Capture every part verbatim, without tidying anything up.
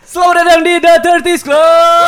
Selamat datang di The thirties Club.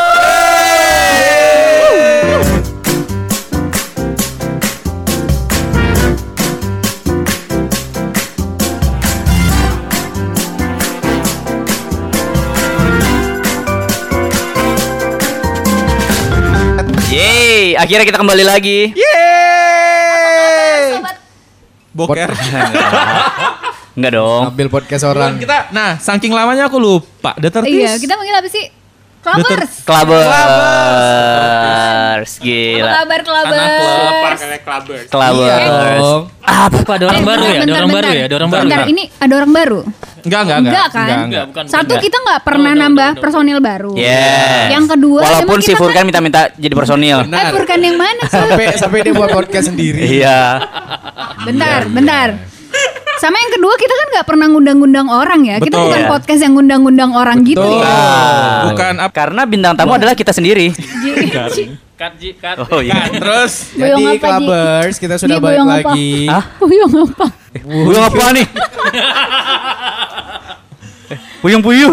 Yeay, akhirnya kita kembali lagi. Yeay. Boker. Enggak dong. Ambil podcast orang. Kita, nah, saking lamanya aku lupa. The thirties. Iya, kita manggil apa sih? Clubbers. Clubbers. Gila. Apa kabar Clubbers? Clubbers. Iya dong. Apa Ada orang Eh, baru ya? Ada bentar, orang baru bentar. ya? Ada orang baru. Bentar, ya? ini ada orang baru? Enggak, enggak, Enggak kan? Enggak, Enggak, bukan. Satu, bukan. kita nggak pernah No, no, nambah no, no. personil baru. Yes. Yang kedua, walaupun emang si kita Furkan kan- minta-minta jadi personil. Eh, Furkan yang mana sih? Sampai sampai dia buat podcast sendiri. Iya. Bentar, bentar. Sama yang kedua, kita kan nggak pernah ngundang-ngundang orang ya. Kita Betul. bukan Iya. podcast yang ngundang-ngundang orang gitu Betul. ya. Bukan apa. Karena bintang tamu adalah kita sendiri. Cut, Ji, cut. Oh iya. Terus Boyong Jadi apa, Ji? Clubbers, kita sudah Ji, balik boyong apa? lagi. Hah? Boyong apa? Buyung apa nih? Buyung-buyung.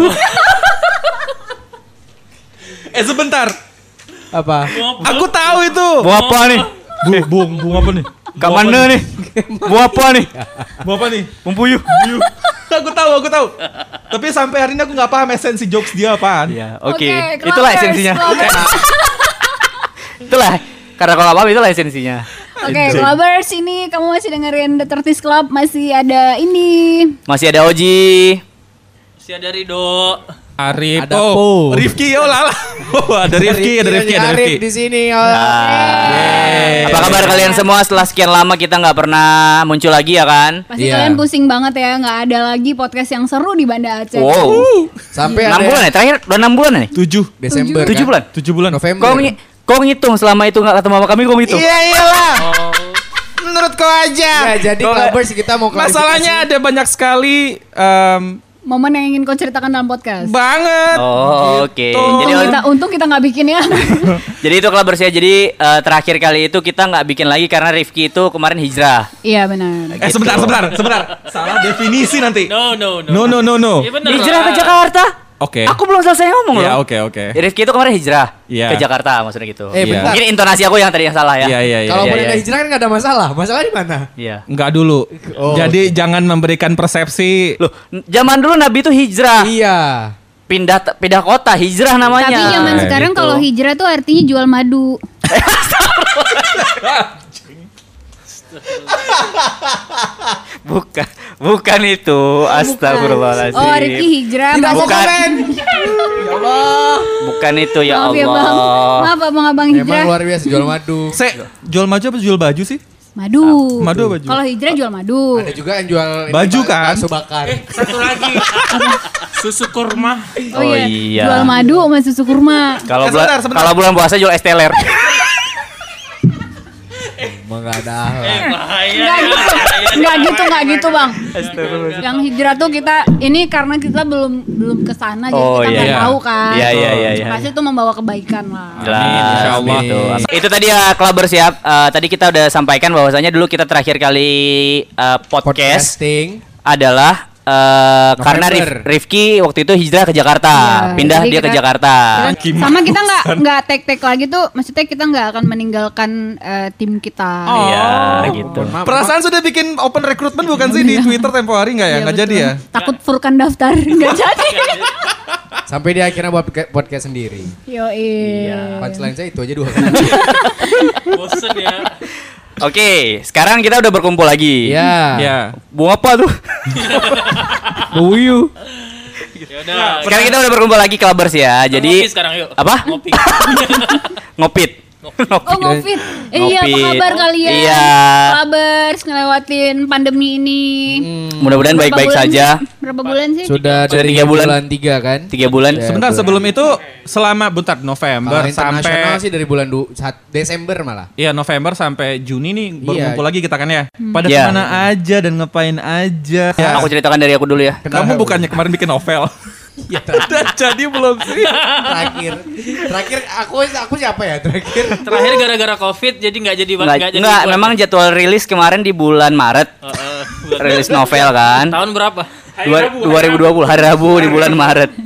eh sebentar. Apa? Aku tahu itu. Mau apa nih? Bu, bung, bung apa nih? Kak mana nih? Mau apa nih? Bu apa nih? Bung Puyuh. Aku tahu, aku tahu. Tapi sampai hari ini aku nggak paham esensi jokes dia apaan. Iya, oke. Oke, Itulah Clubbers, esensinya. Clubbers. Itulah. Karena kalau nggak paham itulah esensinya. Oke, Clubbers, ini kamu masih dengerin The thirties Club, masih ada ini. Masih ada Oji. Si ada Rido. Arif. Ada oh, Po. Rifki, oh lala. Oh, ada Rifki, ada Rifki, ada Arif Rifki. di sini. Oh. Ah. Apa kabar kalian semua setelah sekian lama kita nggak pernah muncul lagi ya kan? Pasti Iya. kalian pusing banget ya, nggak ada lagi podcast yang seru di Banda Aceh. Wow. Sampai enam ada bulan ya? Terakhir udah enam bulan ya? Tujuh. Desember. Tujuh kan? bulan? Tujuh bulan. November. Kau ngi- kau ngitung selama itu nggak ketemu sama kami, kau ngitung? Iya iyalah. Menurut kau aja. Ya, jadi Kau- Clubbers kita mau klarifikasi. Masalahnya ada banyak sekali em, Momen yang ingin kau ceritakan dalam podcast. banget. Oh, oke. Gitu. Jadi Untung kita, untung kita nggak bikin ya. Jadi itu Clubbers ya. Jadi eh, terakhir kali itu kita nggak bikin lagi karena Rifki itu kemarin hijrah. Iya benar. Eh sebentar, sebentar, sebentar. Salah definisi nanti. No, no, no. No, no, no, no. Iya bener Hijrah ke lah. Jakarta? Oke. Aku belum selesai ngomong Iya, loh. oke, oke. Rifki itu kemarin hijrah Iya. ke Jakarta maksudnya gitu. Eh, Iya. bentar. Mungkin intonasi aku yang tadi yang salah ya. Iya, iya, iya. Kalau iya, mau iya. ada hijrah kan nggak ada masalah. Masalah di mana? Iya. Enggak dulu. Oh. Jadi jangan memberikan persepsi. Loh, n- zaman dulu Nabi itu hijrah. Iya. Pindah pindah kota, hijrah namanya. Tapi zaman Nah, sekarang gitu. kalau hijrah tuh artinya jual madu. Bukan, bukan itu. Astagfirullahaladzim. Oh, Riki hijrah. Tidak mau Masa- komen. Ya Allah. Bukan itu ya Maaf ya bang. Allah. Maaf abang abang Emang hijrah. luar biasa jual madu. Se, jual maju apa jual baju sih? Madu. Madu apa baju? Kalau hijrah jual madu. Ada juga yang jual ini, Baju Pak, kan? bakso bakar. Satu lagi. Susu kurma. Oh, Oh iya. iya. Jual madu sama susu kurma. Kalau Eh, bulan sebentar, sebentar. kalau bulan puasa jual es teler. Emang nggak ada akhlak. Eh, bahaya. Enggak gitu. Enggak gitu, enggak gitu, Bang. Astagfirullah. Yang hijrah tuh kita ini karena kita belum belum ke sana jadi Oh, kita nggak iya. tahu kan. Iya iya iya iya. Pasti itu membawa kebaikan lah. Jelas. Insya Allah. Itu. Itu tadi ya Clubbers ya. Eh, tadi kita udah sampaikan bahwasanya dulu kita terakhir kali eh, podcast Podcasting. adalah eh, karena Rif- Rifki waktu itu hijrah ke Jakarta, Iya, pindah jadi dia ke kita- Jakarta. Kita- sama kita nggak nggak tek tek lagi tuh, maksudnya kita nggak akan meninggalkan eh, tim kita. Iya, Oh. gitu. Maaf, Perasaan sudah bikin open recruitment bukan sih di Twitter tempo hari nggak ya? Iya, Nggak betul. jadi ya? Takut Furkan daftar nggak jadi. Sampai dia akhirnya buat podca- podcast sendiri. Yo iya. Punchline saya itu aja dua kali. Bosen ya. Oke, sekarang kita udah berkumpul lagi. Iya. Ya. Bunga apa tuh? Buyu. Ya udah. Sekarang kita udah berkumpul lagi Clubbers ya. Ngopi Jadi sekarang yuk. apa? Ngopi. Ngopit. Oh ngofit. Eh, iya apa Ngopi. kabar kalian? Iya. Kabar ngelewatin pandemi ini. Mudah-mudahan Berapa baik-baik bulan saja. sih? Berapa bulan sih? Sudah Sudah dari tiga bulan. bulan tiga kan? Tiga bulan. Ya, Sebentar bulan. sebelum itu selama bentar November Kalau internasional sampai sih dari bulan du- saat Desember malah. Iya November sampai Juni nih baru Iya. ngumpul lagi kita kan ya. Pada Iya. kemana aja dan ngapain aja. Ya. Aku ceritakan dari aku dulu ya. Kamu bukannya kemarin bikin novel? Ya, Udah jadi belum sih? terakhir. Terakhir aku aku siapa ya terakhir? Terakhir gara-gara covid jadi nggak jadi Enggak, nggak jadi enggak, buat- memang jadwal rilis kemarin di bulan Maret. Oh, eh, buat- Rilis novel kan. Tahun berapa? Dua- dua ribu dua puluh hari Rabu di bulan Maret.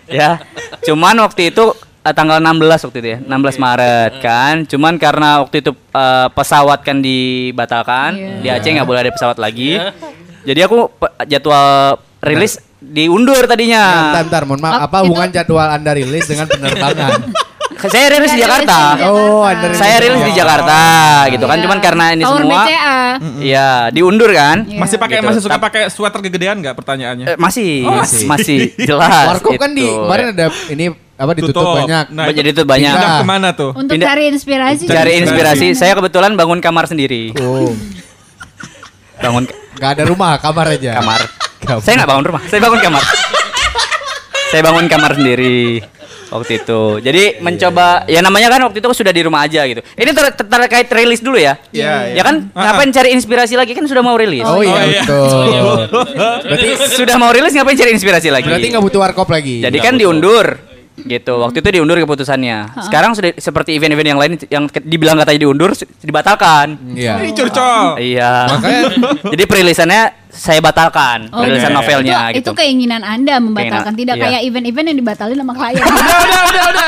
Ya. Cuman waktu itu uh, tanggal enam belas waktu itu ya, enam belas Maret kan. Cuman karena waktu itu uh, pesawat kan dibatalkan, Yeah. di Aceh nggak boleh ada pesawat lagi. Jadi aku pe- jadwal rilis diundur tadinya. Bentar, bentar, mohon maaf. Oh, Apa itu- hubungan jadwal Anda rilis dengan penerbangan? Saya rilis di Jakarta. Oh, Anda rilis. Saya rilis di Oh. Jakarta gitu kan. Iya. Cuman karena ini Power semua B C A. iya, diundur kan? Iya. Masih pakai Gitu. masih suka Tap- pakai sweater kegedean nggak pertanyaannya? Eh, masih, Oh, masih, masih. masih jelas. Warkop kan di itu. kemarin ada ini apa ditutup Tutup. banyak. Nah, Jadi itu banyak. Pindah Pindah. kemana tuh? Untuk Pindah- cari inspirasi. Cari Inspirasi. inspirasi. Saya kebetulan bangun kamar sendiri. Oh, Bangun nggak ada rumah, kamar aja. kamar. Kamar. Saya nggak bangun rumah. Saya bangun kamar. Saya bangun kamar sendiri waktu itu. Jadi mencoba ya namanya kan waktu itu sudah di rumah aja gitu. Ini ter- ter- terkait rilis dulu ya. Iya, Ya kan Ah, ngapain cari inspirasi lagi kan sudah mau rilis. Oh, iya, Oh, iya. betul. Berarti Sudah mau rilis ngapain cari inspirasi lagi? berarti nggak butuh warkop lagi. Jadi kan diundur gitu. Waktu itu diundur keputusannya. Sekarang sudah seperti event-event yang lain yang ke- dibilang katanya diundur s- dibatalkan. Iya. Ini curcol. Iya. Makanya Jadi perilisannya saya batalkan, Oh, perilisan iya. novelnya itu, gitu. itu keinginan Anda membatalkan, Keinginan, tidak iya. kayak event-event yang dibatalin sama klien. Udah, udah, udah, udah.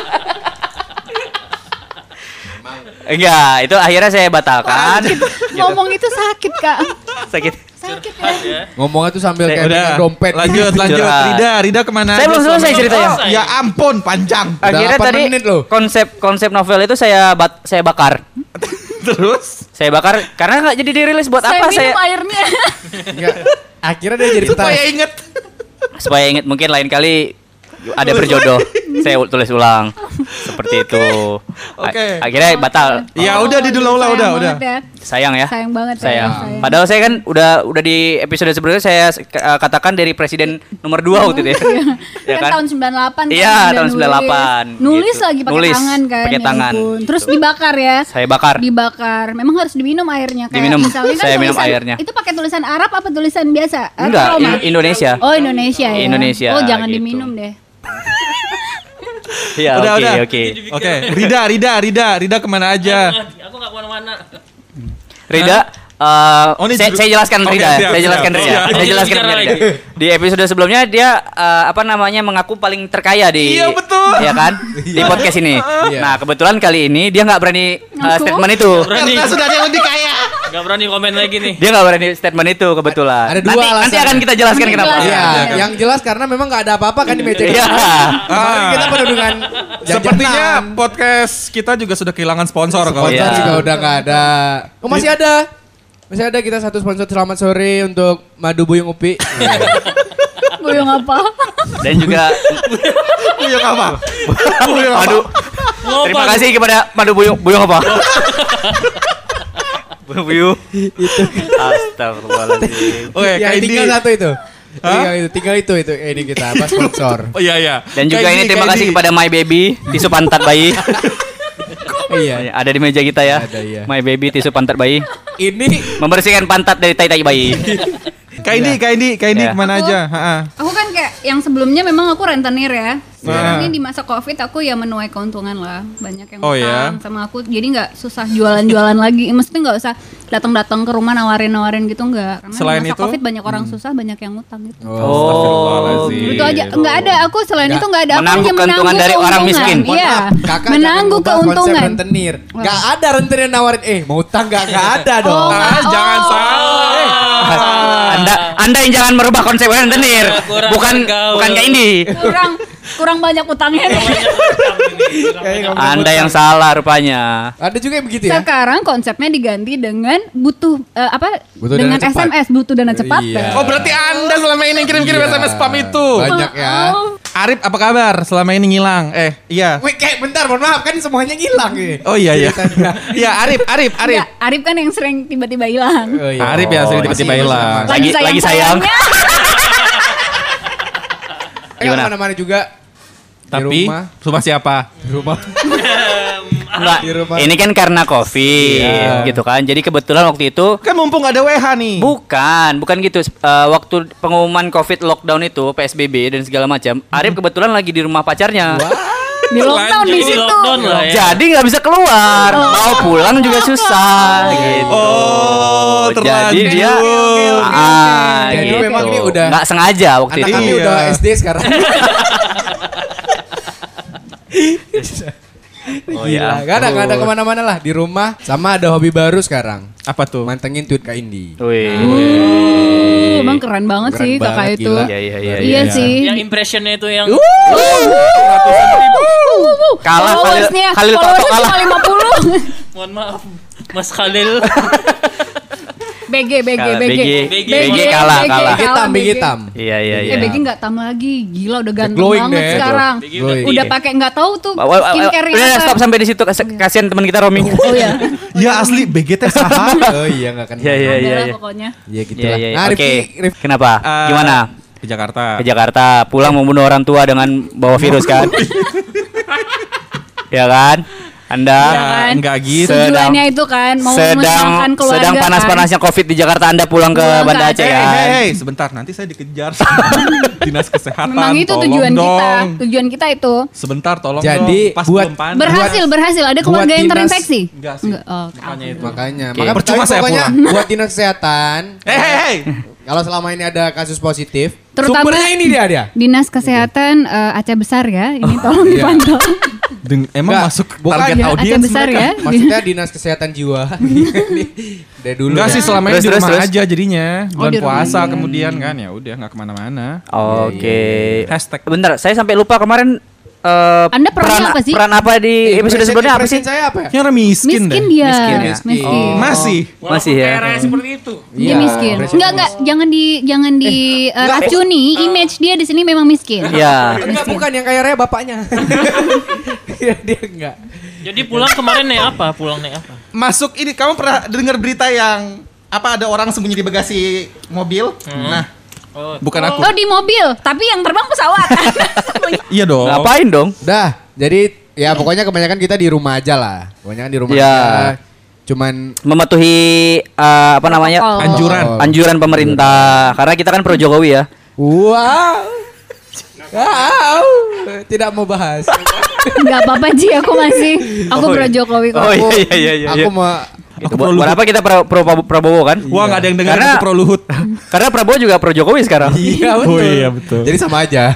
Enggak, itu akhirnya saya batalkan. Gitu. Ngomong itu sakit, Kak. Sakit. Sakit ya. ngomongnya tuh sambil Saya- kayak Udah. pegang dompet. Lanjut, gitu. lanjut. Curhat. Rida, Rida kemana Saya aja belum selama selesai ini? ceritanya. Oh, ya ampun, panjang. Akhirnya delapan tadi menit loh. konsep konsep novel itu saya bat, saya bakar. Terus? Saya bakar karena nggak jadi dirilis buat Saya apa minum saya airnya. Enggak. Akhirnya dia jadi Supaya petani. inget. supaya ingat mungkin lain kali ada berjodoh. Saya u- tulis ulang seperti itu. A- Oke. Akhirnya batal. Ya udah di dulu lah, sayang udah, udah. banget ya. Sayang ya. Sayang banget ya, Sayang. sayang. Padahal saya kan udah udah di episode sebelumnya saya uh, katakan dari presiden nomor dua waktu itu ya. Ya kan, tahun sembilan puluh delapan kan Iya, udah tahun sembilan puluh delapan, nulis, nulis gitu. lagi pakai Nulis, tangan kan pakai ya tangan, ampun. Terus gitu. dibakar ya Saya bakar. dibakar memang harus diminum airnya kayak Diminum, misalnya kan saya minum tulisan- airnya. itu pakai tulisan Arab apa tulisan biasa. Atau Enggak, Roma? In- Indonesia. Oh Indonesia ya Indonesia, oh jangan gitu. diminum deh. Iya, Udah, oke, udah. oke. Oke, Rida, Rida, Rida, Rida kemana aja? Aku nggak kemana-mana. Rida, eh, Oh, ini saya, judul- saya jelaskan Oke, Rida, siap, saya jelaskan siap, Rida, siap. saya jelaskan Bicara Rida. lagi. Di episode sebelumnya dia eh, apa namanya mengaku paling terkaya di, Iya, betul. ya kan, di podcast ini. Iya. Nah kebetulan kali ini dia nggak berani eh, Ngaku? statement itu, Berani. Karena sudah ada yang lebih kaya. Gak berani komen lagi nih. dia nggak berani statement itu kebetulan. Ada dua nanti, nanti alasannya. akan kita jelaskan Nanti kenapa. jelaskan. Iya, Iya. yang jelas karena memang nggak ada apa-apa kan di meja itu. Iya. Kemarin Ah. kita penuh dengan Sepertinya jajanan. podcast kita juga sudah kehilangan sponsor kalau Sponsor Iya. juga udah nggak ada. Oh masih ada. Masih ada kita satu sponsor selamat sore untuk Madu Buyung Upi. Boyong apa? Dan juga Buyung apa? Buyung apa? Aduh, terima kasih kepada Madu Buyung Buyung apa? Buyung Buyung. Astagfirullahaladzim. Oke, yang kayak tinggal ini. satu itu. Hah? Tinggal itu, tinggal itu itu ini kita apa sponsor. Oh iya iya. Dan juga Kayak ini terima kayak kasih ini. kepada My Baby tisu pantat bayi. Iya. Ada di meja kita ya. Ada, iya. My Baby tisu pantat bayi. Ini Membersihkan pantat dari tai-tai bayi. Kayak ini, kayak ini, kayak ini Iya. kemana Aku- aja? Ha-ha. Aku kan kayak yang sebelumnya memang aku rentenir ya. Sekarang Ah. ini di masa Covid aku ya menuai keuntungan lah. Banyak yang Oh, utang ya? sama aku. Jadi nggak susah jualan-jualan lagi. Mesti nggak usah datang-datang ke rumah nawarin-nawarin gitu nggak. Karena Selain di masa itu? Covid banyak orang susah, banyak yang utang gitu. Astagfirullahaladzim. Itu aja nggak ada aku selain Nggak. itu nggak ada aku Menangguh hanya keuntungan menangguh dari orang keuntungan. miskin. Mohon Iya. maaf, kakak Menangguh jangan ubah konsep keuntungan. rentenir. Wah. Gak ada rentenir nawarin, eh mau utang gak? Gak ada dong. Oh, Ah, Oh. jangan salah. Eh. Anda Anda yang jangan merubah konsep rentenir. Kurang Bukan bergaul. bukan kayak ini. kurang kurang banyak utangnya nih. Kayak ngomong Anda utang. yang salah rupanya. Ada juga yang begitu ya? Sekarang konsepnya diganti dengan butuh eh, apa? Butuh dengan dana cepat. S M S butuh dana cepat. Iya. Oh berarti Anda selama ini yang kirim-kirim Iya. S M S spam itu. Banyak ya. Oh, Arif apa kabar? Selama ini ngilang. Eh, iya. Wait, kayak bentar, mohon maaf kan semuanya ngilang ini. Oh iya iya. Ceritanya. Iya, Arif, Arif, Arif. enggak, Arif kan yang sering tiba-tiba hilang. Oh, iya. Arif ya sering Oh, tiba-tiba masih- hilang. masih- Lagi- lagi sayang. sayang-sayangnya. Eh, Gimana? kemana-mana juga. Tapi Di rumah. rumah siapa? Di rumah. Enggak. Di rumah. Ini kan karena Covid Iya. gitu kan. Jadi kebetulan waktu itu Kan mumpung ada W H nih. bukan, bukan gitu. Eh, waktu pengumuman Covid lockdown itu, P S B B dan segala macam, Arif kebetulan lagi di rumah pacarnya. Di lockdown di Di situ. lockdown lah ya. Jadi nggak bisa keluar, mau pulang juga susah gitu. Oh, Jadi terlanjur. dia Oke, oke, oke, ah, oke. Jadi gitu. memang ini udah- nggak sengaja waktu Anak itu. kami Iya. udah S D sekarang. Oh Gila, ya. gak ada, gak ada kemana-mana lah. Di rumah, sama ada hobi baru sekarang. Apa tuh? Mantengin tweet Kak Indi. Wih. Oh, emang keren banget Keren sih kakak banget, itu. gila. Iya iya iya. Iya sih. Yang impressionnya itu yang Kalah Khalil Followersnya, Khalil Toto followersnya kalah. cuma lima puluh. mohon maaf Mas Khalil. B G, B G, Kalah, B G. B G. B G kalah, kalah. B G tam, B G tam. Iya iya iya. Eh B G nggak tam lagi, gila udah ganteng glowing banget deh. sekarang. B G Glowing. Udah pakai nggak tahu tuh Wa- wa- wa- skincare Udah apa. stop sampai di situ. Kas- Kasihan teman kita Romi. Oh ya. Ya asli B G T saha. Oh iya gak kenal. Iya iya Ada iya. lah iya. pokoknya. Iya gitu Iya lah. iya. Nah, Oke. Rifki, Rifki. Kenapa? Eh, Gimana? Ke Jakarta. Ke Jakarta, pulang membunuh orang tua dengan bawa virus kan? Ya kan? Anda Iya kan? enggak gitu. Sedang- Tujuannya itu kan mau sedang menyenangkan keluarga sedang kan. panas-panasnya Covid di Jakarta, Anda pulang ke Pulang ke Banda Aceh. Aceh Hei, kan? hei, hei, sebentar nanti saya dikejar sama dinas kesehatan. Memang itu tolong tujuan kita. dong. Tujuan kita itu. Sebentar tolong Jadi, dong. Pas buat- belum panas. Berhasil, berhasil. Ada buat keluarga yang dinas- terinfeksi? Enggak sih. Oh, Makanya itu. Makanya, Oke. makanya Percuma tapi saya pokoknya pulang. buat dinas kesehatan. Hei, hei, hei. Kalau selama ini ada kasus positif, Terutama- sumbernya ini dia dia. Dinas Kesehatan eh, Aceh Besar ya. Ini tolong Iya. dipantau. Deng- emang Enggak, masuk bukan target ya, audiens Aceh besar mereka. ya. Maksudnya dinas kesehatan jiwa. Dari dulu. Enggak ya. sih selama ini Terus, di terus, rumah terus. aja jadinya. Oh, Bulan di rumah puasa aja. kemudian kan ya udah nggak kemana-mana. Oke. Hashtag. Bentar, saya sampai lupa kemarin eh, Anda perannya apa sih? Peran apa di Eh, episode impression- sebelumnya apa sih? impression saya apa ya? Yang orang miskin, Miskin deh. dia. Miskin ya? Miskin. Oh. Masih. Masih ya. Kayak seperti itu. Dia Iya, miskin. impression Enggak enggak, jangan di jangan di eh, racuni. Image dia di sini memang miskin. Iya. Enggak, bukan yang kaya raya bapaknya. Iya, dia enggak. Jadi pulang kemarin naik apa? Pulang naik apa? Masuk ini kamu pernah dengar berita yang apa ada orang sembunyi di bagasi mobil? Nah, Oh, bukan aku. Oh di mobil, tapi yang terbang pesawat. Iya dong. Ngapain dong? Udah, jadi ya pokoknya kebanyakan kita di rumah aja lah. Kebanyakan di rumah Iya. aja. Cuman Mematuhi eh, apa namanya? Protokol. Anjuran. Oh. Anjuran pemerintah. Karena kita kan pro Jokowi ya. wow. Wow. Tidak mau bahas. Enggak apa-apa Ji, aku masih aku Oh, pro iya. Jokowi kok. Oh iya iya iya iya. Aku mau Gitu. Buat, buat apa kita pro, pro Prabowo kan? Wah nggak ada yang dengar Karena- itu pro Luhut. Karena Prabowo juga pro Jokowi sekarang. Iya betul. Oh iya, betul. Jadi sama aja.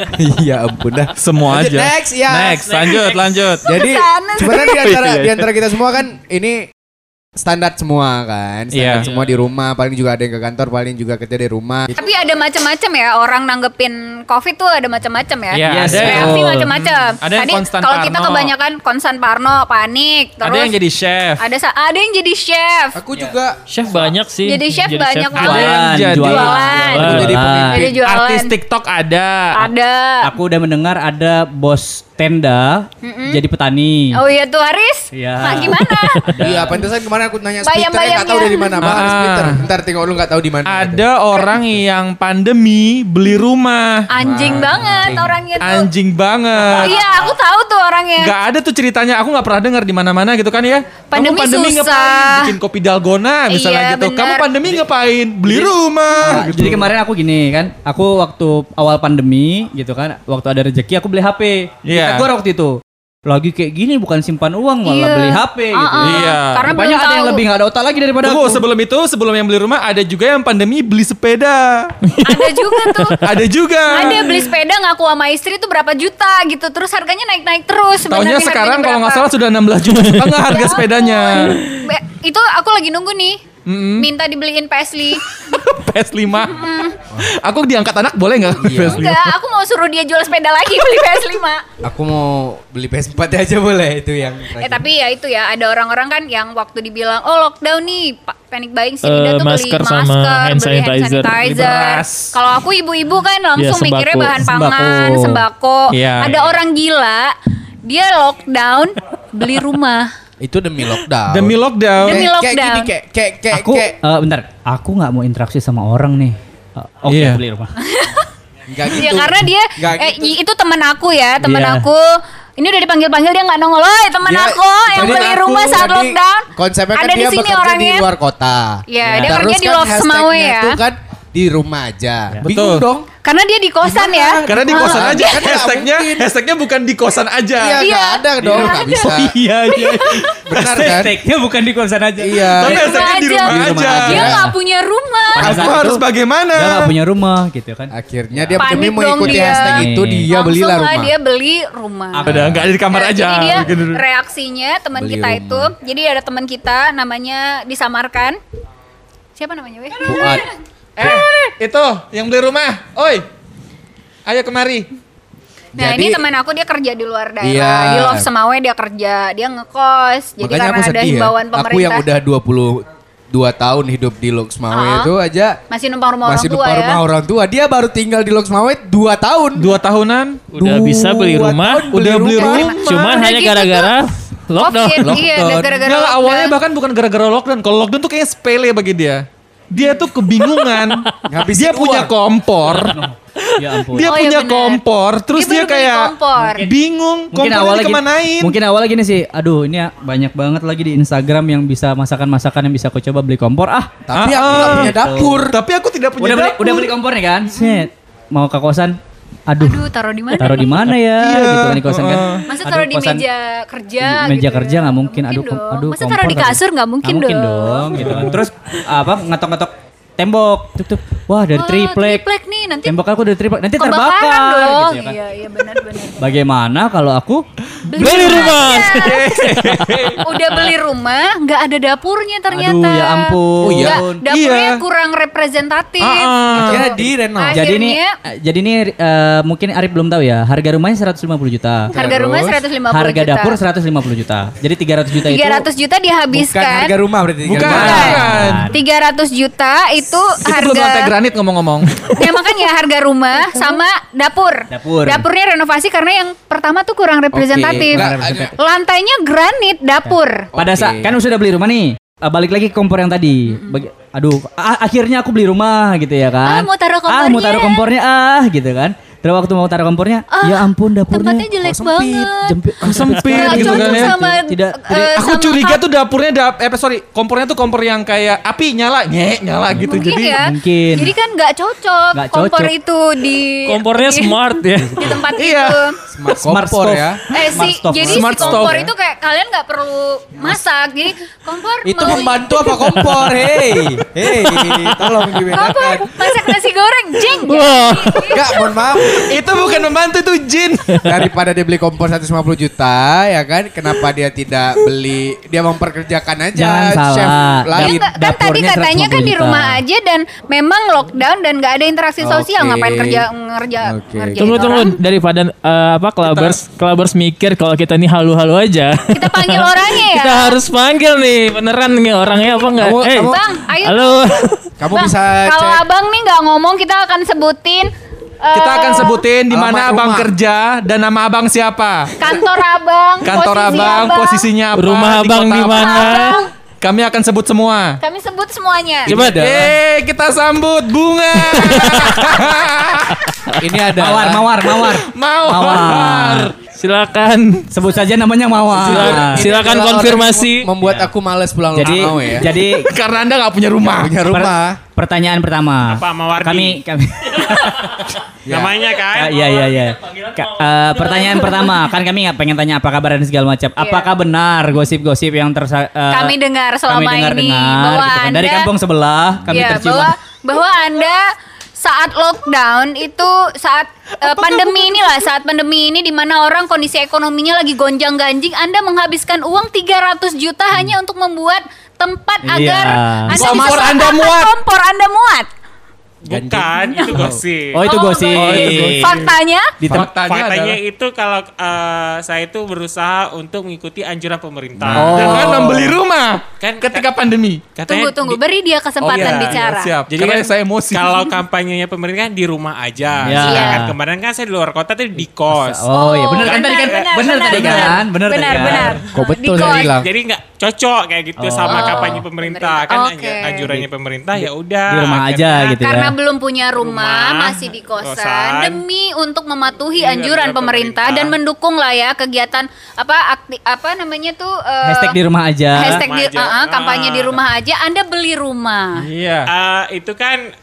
Iya ampun dah. Semua Lanjut, aja. next, ya. Next, lanjut, lanjut. Jadi Kesana sih. sebenarnya di antara Iya, iya. di antara kita semua kan ini standar semua kan. Standar Iya. semua di rumah, paling juga ada yang ke kantor, paling juga kita di rumah. Tapi ada macam-macam ya orang nanggepin COVID tuh ada macam-macam ya. Iya, ada Reaksi yang- macam-macam. Ada yang Tadi konstan kalau kita parno. kebanyakan konstan parno, panik, terus Ada yang jadi chef. ada sa- ada yang jadi chef. Aku juga chef banyak sih. Jadi chef banyak chef banget. Ada yang jadi Jualan. aku jadi pemimpin. Jadi jualan. artis TikTok ada. Ada. Aku udah mendengar ada bos tenda jadi petani. Oh iya tuh Haris. Iya. Nah, gimana? Iya, pantesan kemarin aku nanya Bayang-bayangnya. splitternya nggak tahu dari mana. Bang, ada Ah. splitter. Ntar tengok lu nggak tahu di mana. Ada orang yang pandemi beli rumah. Anjing banget orangnya tuh. Anjing banget. Iya, aku tahu tuh orangnya. Gak ada tuh ceritanya, aku nggak pernah dengar di mana-mana gitu kan ya. Pandemi Kamu pandemi susah. ngapain? Bikin kopi dalgona misalnya Iya, gitu. bener. Kamu pandemi ngapain? Beli rumah. gitu. Jadi kemarin aku gini kan, aku waktu awal pandemi gitu kan, waktu ada rezeki aku beli H P. Iya. Ditegur waktu itu. Lagi kayak gini bukan simpan uang malah Iya. beli H P gitu. Ah, ah. Iya. Karena Rupanya belum ada yang tahu. lebih gak ada otak lagi daripada Tunggu, aku. sebelum itu, sebelum yang beli rumah ada juga yang pandemi beli sepeda. Ada juga tuh. Ada juga. Ada beli sepeda ngaku sama istri tuh berapa juta gitu. Terus harganya naik-naik terus. Taunya Sebenarnya sekarang harganya kalau nggak berapa. salah sudah enam belas juta setengah harga Ya sepedanya. ampun. Be- Itu aku lagi nunggu nih. Minta dibeliin P S lima. P S lima. Aku diangkat anak boleh nggak? P S lima. Enggak, aku mau suruh dia jual sepeda lagi beli P S lima. Aku mau beli P S empat aja boleh itu yang. Eh tapi ya itu ya ada orang-orang kan yang waktu dibilang oh lockdown nih pa- panic buying sih Eh, Dinda tuh beli masker masker, sama hand beli hand sanitizer. sanitizer. Beras. Kalau aku ibu-ibu kan langsung Ya, mikirnya sembako. bahan pangan, Sembako. sembako. Iya. Ada orang gila dia lockdown beli rumah. Itu demi lockdown. Demi lockdown. Demi Kayak- lockdown. Kayak gini kayak kayak kayak. Aku kayak- eh, bentar, aku nggak mau interaksi sama orang nih. Eh, Oke, Iya. beli rumah. Nggak gitu. Ya karena dia Nggak eh gitu. i- itu teman aku ya, teman Iya. aku. Ini udah dipanggil-panggil dia nggak nongol. "Oi, teman Dia- aku yang jadi beli aku- rumah saat jadi lockdown." Konsepnya kan Ada di dia sini bekerja orangnya. di luar kota. Iya, dia Terus kerja di kan Love Semawe hashtagnya ya. Itu kan di rumah aja. Betul. Bingung dong. Karena dia di kosan ya. Karena di kosan aja. Kan nggak Hashtagnya mungkin. hashtagnya bukan di kosan aja. Iya, Iya. nggak ada dong, nggak bisa. Iya, iya. Benar kan? Hashtagnya bukan di kosan aja. Iya. Tapi hashtagnya di rumah Di rumah aja. aja. Dia nggak punya rumah. Pada Aku saat harus itu, bagaimana? Dia gak punya rumah gitu kan. Akhirnya dia Panik demi dong mengikuti dia. hashtag itu dia belilah Langsung lah rumah. dia beli rumah. Udah enggak ada di kamar Nah, aja. Jadi dia Gitu. reaksinya teman Beli kita rumah. itu. Jadi ada teman kita namanya disamarkan. Siapa namanya? Weh? Fuad. Eh, itu yang beli rumah. Oi. Ayo kemari. Nah Jadi- ini teman aku dia kerja di luar daerah. Iya. Di Love Semawe dia kerja. Dia ngekos. Jadi Makanya karena aku ada sedih ya. himbauan Aku yang pemerintah. udah dua puluh dua tahun hidup di Loksmawe Ah. itu aja Masih numpang rumah masih orang tua lupa ya. rumah orang tua. Dia baru tinggal di Loksmawe dua tahun. Dua tahunan. Udah bisa beli Dua rumah. tahun Udah beli rumah. Cuman Udah hanya gitu gara-gara lockdown. Covid, iya, Lockdown. gara-gara Enggak, lockdown. awalnya bahkan bukan gara-gara lockdown. Kalau lockdown tuh kayaknya sepele bagi dia. Dia tuh kebingungan. Ngabisin Dia punya uang. kompor. Ya ampun. Dia Oh, iya punya benar. kompor. Terus Dia dia, baru beli kayak kompor. bingung. Mungkin Kompornya awalnya gini, dikemanain? mungkin awalnya gini sih. Aduh, ini ya banyak banget lagi di Instagram yang bisa masakan-masakan yang bisa aku coba beli kompor. Ah, Tapi Ah, aku nggak ah. punya dapur. Tapi aku tidak punya udah beli dapur. udah beli kompornya kan? Set. Mau ke kosan. Aduh, Aduh, taruh di mana? taruh di mana ya? Iya. Gitu kan di kosan kan. Masa Aduh, taruh di kosan- meja kerja di meja gitu kerja ya? nggak mungkin. Aduh, kom- dong. aduh. Masa taruh di kompor kasur nggak mungkin, Nggak mungkin dong. dong gitu kan. Terus apa ngetok-ngetok tembok, tup tup. Wah, dari Wah, triplek. triplek nih nanti Tembok aku dari triplek. Nanti kebakaran terbakar dong. gitu ya kan. Iya, iya benar-benar. Bagaimana kalau aku Beli rumah. Udah beli rumah, nggak ada dapurnya ternyata. Aduh, ya ampun. Oh, iya. Nggak, dapurnya Iya. kurang representatif. Ah, ah. Akhirnya di renov. Akhirnya- Jadi ini jadi ini eh, mungkin Arif belum tahu ya. Harga rumahnya seratus lima puluh juta. Harga rumahnya seratus lima puluh Harga juta. dapur seratus lima puluh juta. Jadi tiga ratus juta itu tiga ratus juta Bukan dihabiskan. harga rumah berarti. Bukan. Bukan. tiga ratus juta itu, Itu belum harga lantai granit ngomong-ngomong. ya makanya harga rumah sama dapur. Dapur. Dapurnya renovasi karena yang pertama tuh kurang representatif. Nggak, Representatif. Lantainya granit dapur. Pada Oke. saat kan sudah beli rumah nih. Eh, balik lagi ke kompor yang tadi. Bagi- aduh, a- akhirnya aku beli rumah gitu ya kan. Ah, mau taruh Ah, mau kompornya. taruh kompornya ah gitu kan. Terus waktu mau taruh kompornya, Ah, ya ampun dapurnya Tempatnya jelek sempit, banget. jempit, Sempit Nggak gitu cocok kan ya. sama Tidak- eh, tidak- Aku sama curiga kap- tuh dapurnya dap eh sorry, kompornya tuh kompor yang kayak api nyala, nyek nyala gitu. Mungkin Jadi ya. mungkin. Jadi kan nggak cocok, Nggak kompor cocok. itu di Kompornya di, smart ya. di tempat Iya. itu. Smart Smart kompor stove. ya. Eh Smart si stove. jadi Smart si kompor stove, ya. itu kayak kalian nggak perlu masak. Jadi kompor Itu mau membantu apa kompor? Hei, hei, tolong kompor dibedakan. masak nasi goreng jeng. Enggak, mohon maaf. itu bukan membantu, itu jin. Daripada dia beli kompor seratus lima puluh juta, ya kan? Kenapa dia tidak beli? Dia memperkerjakan aja Jangan chef salah. lain. Kan, kan tadi Dapurnya katanya kan di seratus lima puluh rumah juta. aja dan memang lockdown dan nggak ada interaksi sosial. Oke. Ngapain kerja ngerja Oke. ngerjain Tunggu tunggu orang? daripada eh, apa clubbers clubbers mikir kalau kita nih halu-halu aja. Kita panggil orangnya ya. Kita harus panggil nih beneran nih orangnya apa enggak? Kamu- Eh, kamu- Bang, ayo. halo. Kamu Bang, bisa kalau cek. abang nih nggak ngomong kita akan sebutin eh, Kita akan sebutin di alamat mana abang rumah. kerja dan nama abang siapa. kantor abang, Kantor posisi abang, posisinya apa, Rumah abang kota di apa. mana? Abang, Kami akan sebut semua. kami sebut semuanya. Coba Eh, kita sambut Bunga. Ini ada Mawar, mawar, mawar. Mawar. Mawar. silakan. Sebut saja namanya Mawar. Silakan. Silakan adalah konfirmasi. orang yang membuat aku males pulang Jadi rumah ya. jadi Karena Anda nggak punya rumah. punya rumah. per- pertanyaan pertama. Apa, Mawardi? Kami kami Namanya kan? Ah, iya iya iya. Ka- eh, pertanyaan pertama kan kami nggak pengen tanya apa kabar dan segala macam. Apakah benar gosip-gosip yang tersa eh, Kami dengar selama kami dengar, ini dengar, bahwa gitu kan. Dari Anda- kampung sebelah kami Ya, tercium. bahwa bahwa Anda saat lockdown itu saat eh, pandemi inilah saat pandemi ini di mana orang kondisi ekonominya lagi gonjang-ganjing, Anda menghabiskan uang tiga ratus juta hanya untuk membuat tempat Iya. agar Anda Kompor bisa Anda memasak muat. kompor Anda muat. Bukan, itu gosip. Oh itu Oh, gosip. Oh, itu gosip. Faktanya Di tem- Faktanya, Faktanya adalah itu kalau eh, saya itu berusaha untuk mengikuti anjuran pemerintah. Oh. dengan membeli rumah Kan- ketika pandemi. Katanya tunggu tunggu di- beri dia kesempatan iya, bicara. iya, siap. Jadi Karena kan saya emosi. Kalau kampanyenya pemerintah kan di rumah aja. Iya. Sedangkan kemarin kan saya di luar kota tuh di kos. Oh iya benar kan tadi kan benar, benar tadi benar, kan benar tadi benar, kan. benar. Kok betul Di saya kos. bilang. Jadi nggak cocok kayak gitu sama kampanye pemerintah. Kan Oke. anj- anjurannya pemerintah ya udah. Di rumah aja akhirnya- gitu Karena ya. belum punya rumah, Rumah, masih di kosan, kosan. demi untuk mematuhi Iya, anjuran anjuran pemerintah, pemerintah. dan mendukung lah ya kegiatan apa akti, apa namanya tuh eh, Hashtag di rumah aja. hashtag di Rumah aja. uh-uh, kampanye Ah. di rumah aja. Anda beli rumah. Iya. Eh, itu kan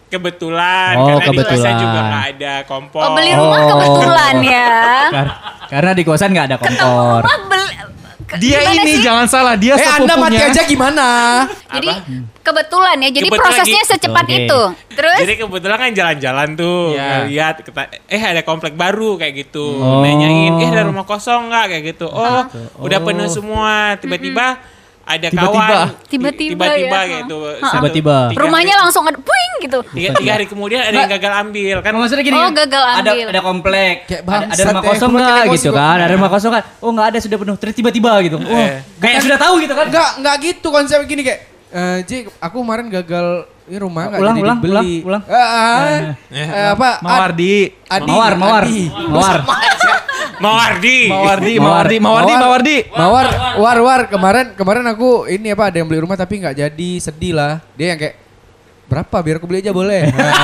kebetulan Oh, karena di kebetulan. kosan juga nggak ada kompor. Oh beli rumah Oh. kebetulan ya. Kar- Karena di kosan nggak ada Ketemu kompor. rumah beli. ke- Dia gimana ini sih? jangan salah, dia Eh Anda mati sepupunya. aja gimana? Jadi kebetulan ya. Jadi Kebetulan prosesnya gitu. secepat Oke. itu. Terus Jadi kebetulan kan jalan-jalan tuh, Iya. lihat eh ada komplek baru kayak gitu, Oh. nanyain, eh ada rumah kosong nggak kayak gitu, oh udah penuh semua, tiba-tiba ada Tiba-tiba. kawan, Tiba-tiba tiba-tiba ya. gitu, Ha-ha. satu- Tiba-tiba. tiga rumahnya hari- langsung ada puing gitu. tiga, tiga hari kemudian ada yang gagal ambil kan. Maksudnya gini, Oh, gagal ada ambil. ada komplek, Kayak ada, ada bangsat rumah ya, kosong komplek nggak emosi gitu gua. kan? Ada rumah kosong kan? Oh nggak ada, sudah penuh. Terus tiba-tiba gitu. Oh, Eh. kayak sudah tahu gitu kan? Enggak, enggak gitu konsep gini kayak eh Ji, aku kemarin gagal ini rumah enggak Ulang, jadi ulang, dibeli. ulang, ulang. Eh, ah, eh, apa? Mawardi. Adi, Mawar, mawar, Adi. mawar. Mawardi. Mawardi, Mawar. Mawardi, Mawardi, Mawardi. Mawar, war, war. Kemarin, kemarin aku ini apa ada yang beli rumah tapi nggak jadi, sedih lah. Dia yang kayak berapa biar aku beli aja boleh.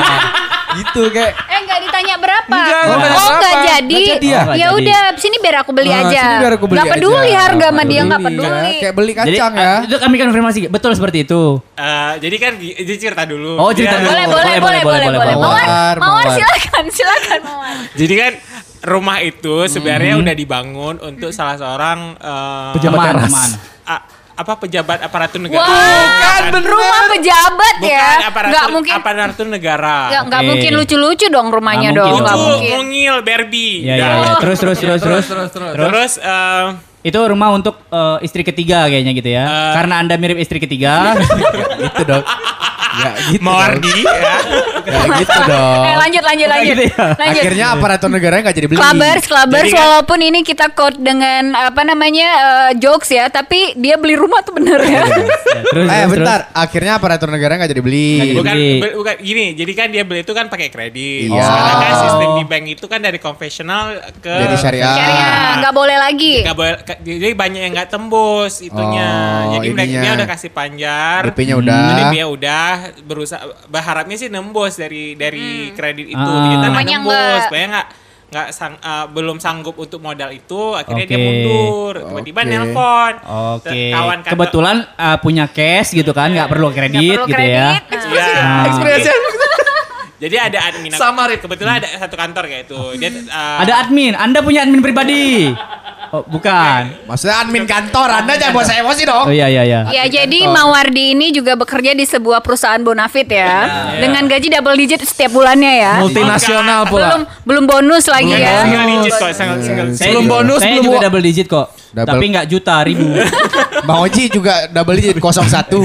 Nah, gitu kayak. Eh nggak ditanya berapa. Enggak, enggak oh ditanya nggak berapa. jadi. Nggak jadi ya? Oh, nggak Ya jadi. udah sini biar aku beli "Ah, aja. sini biar aku beli Nggak peduli aja." harga sama Nggak dia nggak peduli, peduli. ya. Kayak beli Jadi kacang eh, ya. itu kami konfirmasi, betul seperti itu. Eh, jadi kan di- jadi cerita dulu. Oh, cerita Dia- dulu. Boleh, boleh, Boleh, boleh, boleh, boleh, boleh, boleh. boleh. Mawar, Mawar, mawar mawar. silakan, silakan mawar. Jadi kan rumah itu sebenarnya udah dibangun untuk salah seorang eh, Pejabat Teman, teras. teman. a- apa pejabat aparatur negara. Wah, rumah pejabat Bukan ya. aparatur, Nggak mungkin. aparatur negara. Nggak, nggak Oke. mungkin lucu-lucu dong rumahnya Nggak dong. mungkin Nggak dong. Lucu, mungkin. mungil, Barbie. Ya, ya, Dan- ya. Terus, terus, terus, terus. terus, terus. Terus eh, Itu rumah untuk eh, istri ketiga kayaknya gitu ya. Eh. Karena Anda mirip istri ketiga. Gitu dong. Ya gitu. dong. Mawardi ya. Ya gitu dong. Eh lanjut, lanjut, lanjut. gitu ya. Lanjut. Akhirnya aparatur negaranya nggak jadi beli. Clubbers, clubbers, Jadi kan- walaupun ini kita quote dengan apa namanya eh, jokes ya, tapi dia beli rumah tuh bener ya. Ya, terus, Eh terus, bentar, akhirnya aparatur negara nggak jadi beli. Nggak jadi. Bukan, Beli. be- bukan gini. Jadi kan dia beli itu kan pakai kredit. Iya. Sekarang kan Oh. sistem di bank itu kan dari konvensional ke Jadi syariah. Syariah, nggak boleh lagi. Nggak boleh, ke- jadi banyak yang nggak tembus itunya. Oh, jadi mereka ininya. dia udah kasih panjar. D P-nya udah. D P-nya udah berusaha berharapnya sih nembus dari dari kredit itu. Ah. Ternyata nggak Namanya nembus. nggak. Banyak nggak nggak sang, eh, belum sanggup untuk modal itu. Akhirnya dia Oke. mundur. Tiba-tiba Oke. nelpon. Oke. Kawan kantor- Kebetulan eh, punya cash gitu kan, nggak perlu kredit Nggak perlu gitu kredit. ya. Iya. Nah. Jadi ada admin. Sama, Rip. Kebetulan ada satu kantor kayak itu. Dia eh, Ada admin, Anda punya admin pribadi. Oh, bukan. Maksudnya admin kantor, Anda jangan buat saya emosi dong. Oh iya iya iya. Ya jadi Mawardi ini juga bekerja di sebuah perusahaan bonafit ya, dengan gaji double digit setiap bulannya ya. Multinasional pula. Belum belum bonus lagi Belum ya. single digit kok, single single. Saya Belum juga- bonus, saya belum juga wa- double digit kok. Double. Tapi nggak juta, ribu. Bang Oji juga double digit nol satu,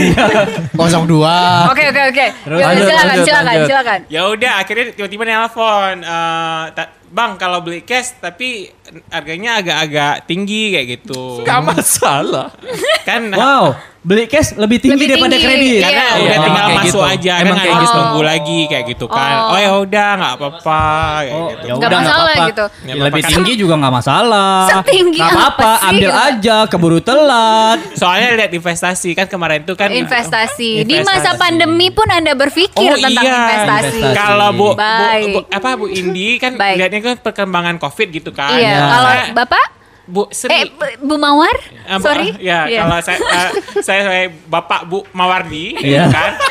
nol dua. Oke oke oke. Terus, Yaudah, lanjut, silakan lanjut, silakan lanjut. silakan. Ya udah akhirnya tiba-tiba nelpon, eh, ta- Bang kalau beli cash tapi harganya agak-agak tinggi kayak gitu. Gak masalah. Kan Wow, beli cash lebih tinggi Lebih daripada tinggi, kredit. karena Iya. udah Oh, tinggal kayak masuk gitu. aja Emang kan kayak harus gitu. tunggu lagi kayak gitu kan. Oh. Oh, ya udah nggak apa-apa kayak Oh, gitu. ya Nggak udah nggak masalah apa-apa. gitu. Ya, Nggak lebih apa-apa. tinggi juga nggak masalah. Setinggi Nggak apa apa-apa, sih? ambil aja, keburu telat. Soalnya lihat investasi kan kemarin tuh kan Investasi. Di Investasi. masa pandemi pun Anda berpikir Oh tentang iya, investasi. investasi. Kalau Bu, bu, Baik. Bu- apa Bu Indi kan Baik. lihatnya kan perkembangan Covid gitu kan. Iya, Ya. kalau Saya- Bapak Bu Sri. eh Bu Mawar, Ah, Bu- sorry. ah, ya, Iya. kalau saya, eh, saya saya Bapak Bu Mawardi, Iya. gitu kan.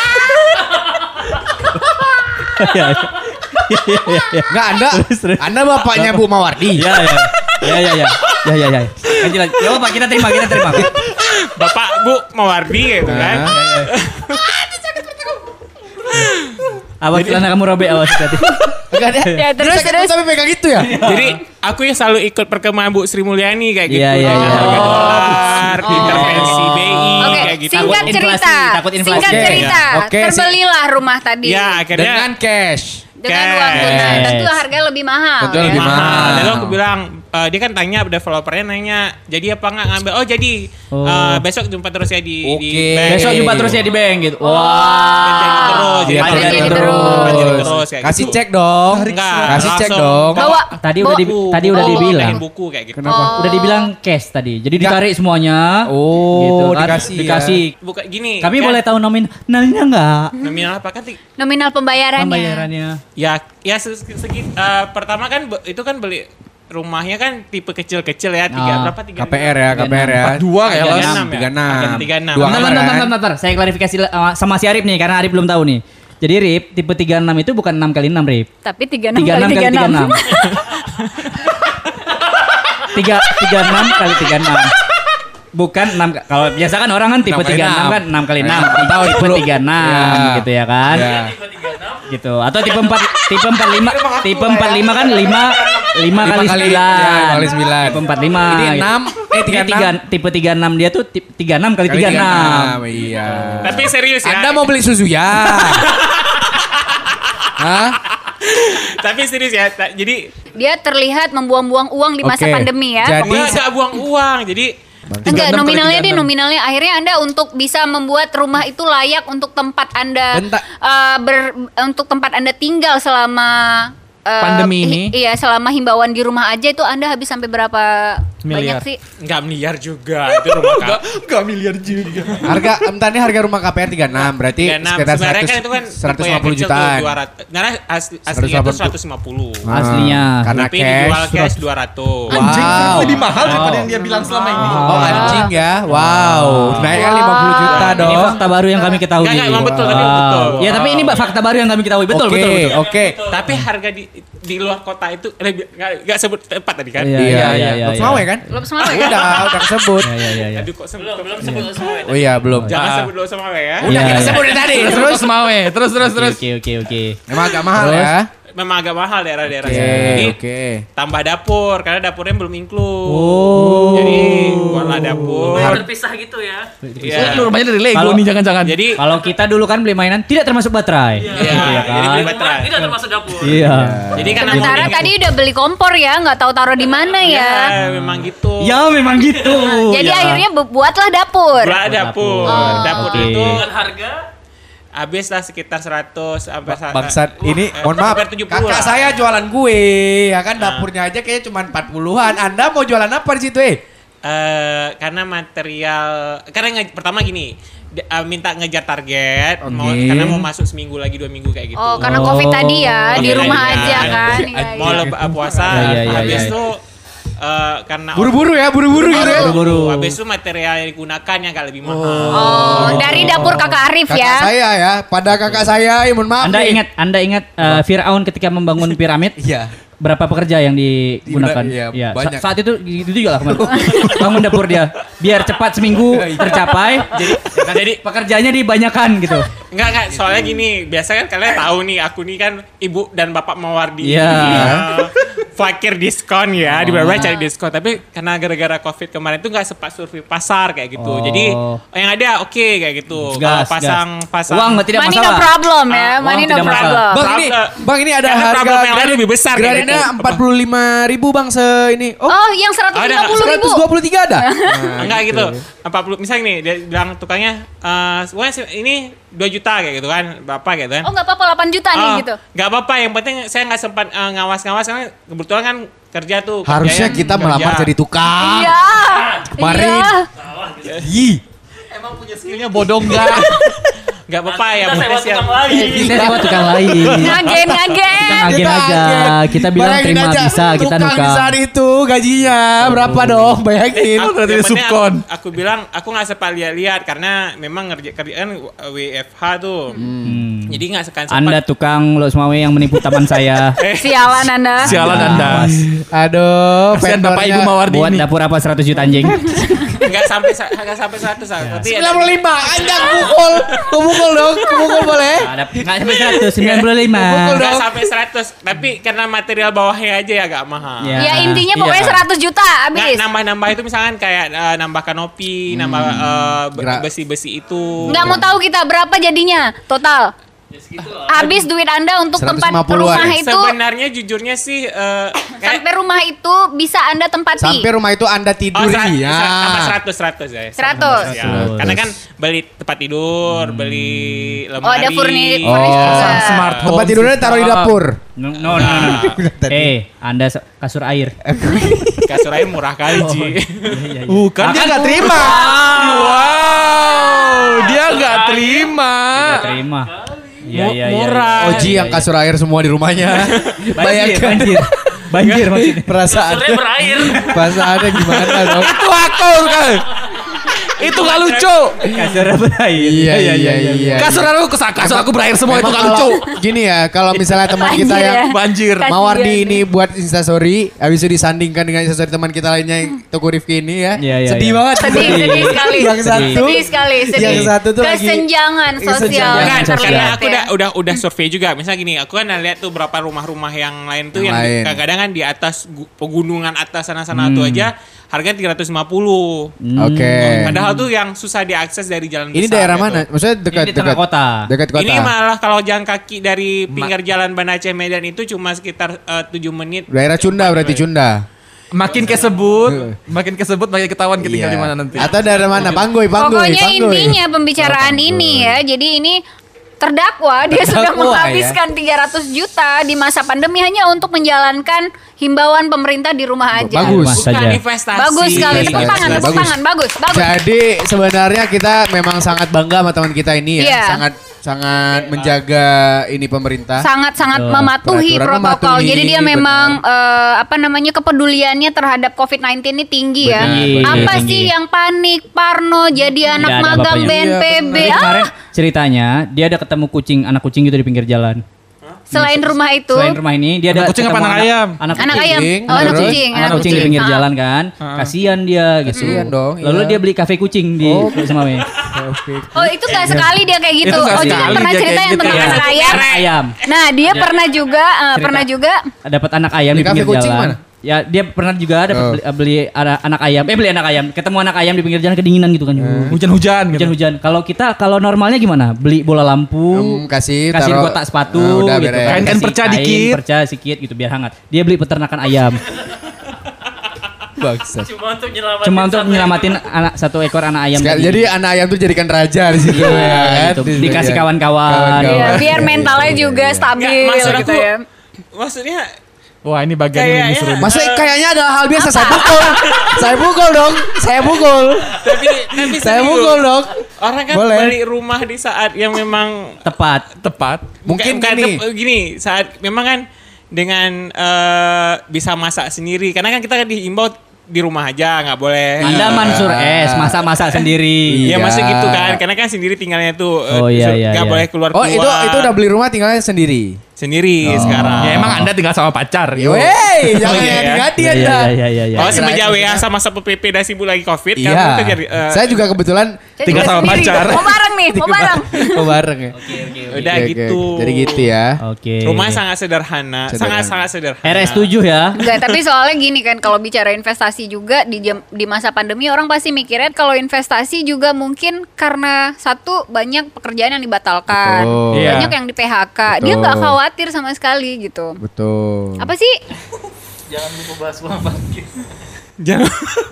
Enggak, Anda, terus. Anda bapaknya Bu Mawardi. Iya iya. Iya iya iya. Ya ya ya. Lanjut lanjut. Ya Pak, kita terima, kita terima. Bapak Bu Mawardi gitu kan. Awas celana kamu robek, awas hati. Enggak ada. Ya, terus, Bisa terus. Tapi pegang gitu ya? Jadi aku yang selalu ikut perkembangan Bu Sri Mulyani kayak gitu. Iya, iya, dengan iya. harga Oh. dolar, Oh. intervensi B I Oke, kayak gitu. singkat Takut cerita. inflasi, takut inflasi. Singkat Oke. cerita. Oke, Terbelilah rumah tadi. Ya, akhirnya Dengan cash. Dengan Cash. uang tunai. Tentu harganya lebih mahal. Tentu ya. lebih mahal. mahal. Lalu aku bilang, eh, dia kan tanya developernya nanya, jadi apa nggak ngambil? Oh jadi, Oh. Eh, besok jumpa terus ya di, di Oke. bank. Besok jumpa terus ya di bank gitu. Oh. Wah. Jadi terus, jadi Panjang terus, jadi terus. Panjang terus kayak Kasih gitu. cek dong. Enggak, Kasih cek langsung dong. Bawa Tadi udah di, buku. tadi udah Oh, dibilang. bikin buku kayak gitu. Kenapa? Udah dibilang cash tadi. Jadi ditarik semuanya. Oh, gitu kan. dikasih ya. Dikasih. Bukan gini. Kami kan, boleh tahu nominalnya enggak? nominal apa kan? ti- nominal pembayarannya. Pembayarannya. Ya, ya se- segi, eh, pertama kan be- itu kan beli rumahnya kan tipe kecil-kecil ya, tiga Ah, berapa tiga K P R ya, K P R ya. Dua kayak Tiga las. enam ya? tiga enam. Tiga enam. Dua Bentar, kamar bentar, kan? bentar, bentar. Saya klarifikasi uh, sama si Arif nih karena Arif belum tahu nih. Jadi Rip, tipe tiga puluh enam itu bukan enam kali enam Rip. Tapi tiga puluh enam tiga puluh enam kali kali tiga puluh enam. tiga tiga puluh enam kali tiga puluh enam. Bukan enam kalau biasa kan orang kan tipe tiga puluh enam kan enam kali enam. Tahu Tipe dulu. tiga puluh enam Ya. gitu ya kan. Ya. Gitu. Atau tipe empat tipe empat puluh lima tipe empat puluh lima kan lima lima kali kali- sembilan. ya, lima kali sembilan. Tipe empat puluh lima. Ini gitu. enam, eh, tiga puluh enam. Ini tipe tiga puluh enam dia tuh tipe tiga puluh enam kali Kali tiga puluh enam. Iya. Tapi serius ya. Anda mau beli susu ya? Hah? Tapi serius ya. ta- Jadi Dia terlihat membuang-buang uang di masa Oke. pandemi ya. Jadi- enggak enggak buang uang. Jadi Enggak, nominalnya deh, nominalnya akhirnya Anda untuk bisa membuat rumah itu layak untuk tempat Anda Bentar. eh, ber- untuk tempat Anda tinggal selama eh, Pandemi hi- ini. Iya, selama himbauan di rumah aja itu Anda habis sampai berapa banyak Miliar. sih? enggak miliar juga itu rumah kak. Enggak miliar juga. Harga entar ini harga rumah K P R tiga puluh enam berarti tiga puluh enam. sekitar Sebenarnya seratus kan itu kan seratus tipe lima puluh yang kecil tuh jutaan. dua ratus. Nah, asli, aslinya tuh seratus lima puluh. Aslinya. Karena Tapi cash. dijual cash dua ratus. Anjing Wow. lebih mahal daripada yang dia bilang selama ini. Oh anjing ya, wow, naiknya lima puluh juta Ini dong. fakta baru yang kami ketahui. Enggak, enggak, emang betul, tapi emang betul. Ya tapi ini fakta baru yang kami ketahui. Betul, Oke, betul, betul. Oke, Tapi harga di di luar kota itu lebih enggak enggak sebut tempat tadi kan? Iya, iya, iya, iya, iya, Lok iya. Semawe kan? Belum semangat Oh, ya? udah, udah kesebut. Iya, iya, iya. Aduh kok sebut belum sebut Oh iya, belum. Jangan sebut dulu sama gue ya. Udah Iya, kita iya. sebut dari tadi. Terus terus mau ya. Terus terus terus. Oke, oke, oke. Emang agak mahal Terus? ya. Memang agak mahal daerah-daerah Oke, sini. Jadi oke. tambah dapur karena dapurnya belum include. Oh. Jadi buatlah dapur. Terpisah gitu ya. Iya. Lu rumahnya dari Lego Kalau- nih jangan-jangan. Jadi Kalau kita dulu kan beli mainan tidak termasuk baterai. iya, Gitu ya jadi kan? beli baterai. Tidak termasuk dapur. Iya. Jadi karena Sementara mau tadi udah beli kompor ya, nggak tahu taruh di mana ya, ya. memang gitu. Ya memang gitu. Jadi Ya. akhirnya bu- buatlah dapur. Buat dapur. Oh. Dapur Oke. itu Dengan harga habis lah sekitar seratus sampai sa- Bangsat, eh, ini eh, mohon maaf, hampir tujuh puluh kakak lah. saya jualan kue, ya kan dapurnya aja kayaknya cuma empat puluhan. Anda mau jualan apa di situ, eh? Eh, karena material karena nge- pertama gini di- eh, minta ngejar target mau, Oke. karena mau masuk seminggu lagi dua minggu kayak gitu. Oh, karena Covid tadi ya, di Iya, rumah iya. aja kan. Iya, Mau iya. leb- eh, puasa Iya, iya, iya, habis iya. itu eh, karena Buru-buru ya, buru-buru gitu ya. Buru-buru. habis itu material yang digunakan yang agak lebih mahal. Oh, dari dapur Kakak Arif Kakak ya. saya ya, pada kakak saya, ya mohon maaf. Anda nih. ingat Anda ingat eh, Firaun ketika membangun piramid? Iya. Berapa pekerja yang digunakan? Iya, Ya, sa- banyak. saat itu gitu juga lah kemarin. Bangun dapur dia biar cepat seminggu tercapai. Jadi jadi pekerjanya dibanyakan gitu. Enggak enggak, soalnya gini, biasa kan kalian tahu nih aku nih kan ibu dan bapak Mawardi. Iya. Eh, fakir diskon ya, di mana cari diskon. Tapi karena gara-gara Covid kemarin tuh nggak sempat survei pasar kayak gitu. Oh. Jadi yang ada oke kayak gitu. Gas, Kalau pasang pasang Uang nggak tidak Money no masalah. problem ya, Ah, money uang no tidak masalah. problem. Bang ini, Problem. bang ini ada Karena harga problem yang lain lebih besar kayak Gradina gitu. empat puluh lima ribu bang se ini. Oh, Oh, yang seratus lima puluh ribu. seratus dua puluh tiga ada? Nah, Enggak gitu. empat puluh misalnya nih dia bilang tukangnya eh "Wah, ini dua juta kayak gitu kan. Bapak gitu kan. Oh, nggak apa-apa delapan juta nih Oh, gitu. nggak apa-apa, yang penting saya nggak sempat eh, ngawas-ngawas karena kebetulan kan kerja tuh. Harusnya kerjanya kita kerja. melamar jadi tukang. Iya. Kemarin. Iya. Ih. Emang punya skill. Skillnya bodong enggak? Nggak apa-apa ya, Kita sewa penting siap. tukang lain. Kita sewa tukang lain. Ngagen, ngagen. Kita agen aja. Kita bilang Bayangin terima aja, bisa, kita tukang di nuka. saat itu gajinya berapa dong? Bayangin. Aku, Berarti yang penting subkon. aku, aku bilang aku nggak sempat lihat-lihat karena memang ngerja kerjaan W F H tuh. Hmm. Jadi nggak sekan Anda sempat. tukang lo Semawe yang menipu teman saya. Sialan Anda. Sialan Ya, Anda. awas. Aduh, Kasihan Bapak vendornya Ibu Mawardi Buat ini. dapur apa seratus juta anjing? Nggak sampai sa- nggak sampai seratus tapi sembilan puluh lima. Anjang pukul. Pukul dong, pukul boleh. Ada nggak sampai seratus, sembilan puluh lima. Pukul nggak dong. sampai seratus tapi karena material bawahnya aja ya agak mahal. Ya. Ya intinya Iya. pokoknya seratus juta Nggak, habis. nambah-nambah itu misalkan kayak eh, nambah kanopi, nambah eh, be- Gerak. besi-besi itu. Nggak mau tahu kita berapa jadinya total. Habis duit Anda untuk seratus tempat lima puluhan. rumah itu Sebenarnya jujurnya sih eh, kayak sampai rumah itu bisa Anda tempati. Sampai rumah itu Anda Oh, tidur serat- ya. serat- tambah seratus, seratus ya. Seratus. Ya. Karena kan beli tempat tidur, beli lemari. Oh, ada furni- Oh, furniture. Smart home. tempat tidurnya taruh di dapur. No, no, no, no. Eh, Anda se- kasur air. Kasur air murah kali, Ji. Uh, kan dia nggak terima. Wow, dia nggak terima. Tidak terima. Iya, iya, iya. Murah. Oji yang kasur air semua di rumahnya. Banjir, Bayangkan banjir. Banjir maksudnya. perasaan Kasurnya berair. perasaannya gimana dong? Itu aku kan. Itu gak lucu. Kasur berair. Iya iya iya. iya. Kasur aku kasur aku berair semua itu Memang gak kalau- lucu. Gini ya, kalau misalnya teman kita Banjir yang ya. Banjir. Kasian Mawardi nih. ini buat instastory, habis itu disandingkan dengan instastory teman kita lainnya yang Toko Rifki ini ya. Iya, iya, sedih iya. banget. Sedih, sedih sekali. Yang satu, Sedih sekali, sedih. yang satu tuh lagi kesenjangan sosial. kesenjangan Kan, sosial. karena aku ya. udah udah udah survei juga. Misal gini, aku kan lihat tuh berapa rumah-rumah yang lain tuh Yang yang, lain. kadang-kadang kan di atas gu- pegunungan atas sana-sana tuh aja harganya tiga ratus lima puluh. Oke. Padahal tuh yang susah diakses dari jalan Ini besar daerah gitu. mana? Maksudnya dekat Ini di tengah dekat kota. Dekat kota. Ini malah kalau jalan kaki dari pinggir jalan Banda Aceh Medan itu cuma sekitar eh, tujuh menit. Daerah Cunda berarti Cunda. Makin kesebut, makin kesebut makin ketahuan kita tinggal Iya. di mana nanti. Atau daerah mana? Panggoy, Panggoy, Pokoknya Panggoy. intinya pembicaraan Oh, ini ya. Jadi ini terdakwa dia sudah Terdakwa, menghabiskan tiga ratus juta di masa pandemi hanya untuk menjalankan himbauan pemerintah di rumah aja. Bagus. Mas Bukan saja. investasi. Bagus sekali. Tepuk Bagus. tangan, tepuk Bagus. tangan. Bagus, bagus. Jadi sebenarnya kita memang sangat bangga sama teman kita ini ya. Iya. Sangat sangat menjaga ini pemerintah. Sangat-sangat Betul. mematuhi Peraturan protokol. mematuhi, Jadi dia benar. memang eh, apa namanya kepeduliannya terhadap covid sembilan belas ini tinggi ya. Tinggi, Apa tinggi. sih yang panik, parno, jadi anak Nggak ada magang B apa-apanya. N P B. Jadi Ah, kemarin ceritanya dia ada ketemu kucing, anak kucing gitu di pinggir jalan. selain rumah itu. Selain rumah ini dia ada Anak kucing apa ketemu anak ayam? Anak, Anak kucing. ayam. kucing, Oh, anak terus? kucing. Anak kucing di pinggir Ah. jalan kan. Kasihan dia gitu. Kasihan dong, Lalu iya. dia beli kafe kucing di Oh. Semawai. Oke. Oh itu gak sekali dia kayak gitu. Itu nggak Oh juga sekali pernah dia cerita kayak yang gitu. tentang Iya. anak ayam. Anak ayam. Nah dia pernah juga, eh, pernah juga. Dapat anak ayam Di di, kafe pinggir kucing jalan. mana? Ya dia pernah juga dapat Oh. beli, beli ada- anak ayam. Eh beli anak ayam. Ketemu anak ayam di pinggir jalan kedinginan gitu kan. Hujan-hujan gitu. Hujan-hujan. Kalau kita kalau normalnya gimana? Beli bola lampu, Em, kasih, kasih taruh- kotak sepatu Nah, udah gitu beres. kan. Kain-kain Kasih perca kain, dikit. perca sedikit gitu biar hangat. Dia beli peternakan ayam. Bagus. Cuma untuk nyelamatin. Cuma untuk satu menyelamatin anak satu ekor anak ayam. Sekali- tadi. jadi anak ayam tuh jadikan raja di situ Iya, ya kan. gitu. Di- Dikasih ya. kawan-kawan. Kawan-kawan. Iya, biar mentalnya juga stabil Nggak, maksud gitu aku, ya. maksudnya Wah ini bagian ini Kayaknya- seru. nih. Maksudnya kayaknya adalah hal biasa saya pukul. Saya pukul dong. Saya pukul. tapi tapi Saya serius. pukul dong. Orang kan Boleh. beli rumah di saat yang memang Tepat. Tepat. Mungkin bukan- gini. bukan tep- gini saat memang kan dengan eh, bisa masak sendiri karena kan kita kan diimbau di rumah aja nggak boleh. Anda Mansur S, masak-masak sendiri. Ya Iya. masuk gitu kan karena kan sendiri tinggalnya tuh eh, Oh, iya, iya, nggak iya. boleh keluar Oh keluar itu itu udah beli rumah tinggalnya sendiri. sendiri sekarang. Ya emang Anda tinggal sama pacar. Yo, hey, jangan iya, ya. ganti Iya, Anda. iya, iya, iya. Oh semenjak Kirain- W A sama Satpol P P dan sibuk lagi Covid Iya. kamu kerja di, eh, Saya juga kebetulan Saya Tinggal juga sama sendiri. pacar. Mau bareng nih, mau bareng. Oh bareng ya. udah Oke, oke. gitu. Jadi gitu ya. Oke. Rumahnya sangat sederhana, Sederhana. sangat sangat sederhana. R S tujuh ya. Enggak, tapi soalnya gini kan kalau bicara investasi juga di jam, di masa pandemi orang pasti mikirnya kalau investasi juga mungkin karena satu banyak pekerjaan yang dibatalkan, Betul. Iya. banyak yang di P H K. Dia Betul. nggak khawatir sama sekali gitu. Betul. Apa sih? Jangan lupa bahas uang bangkit. Jangan.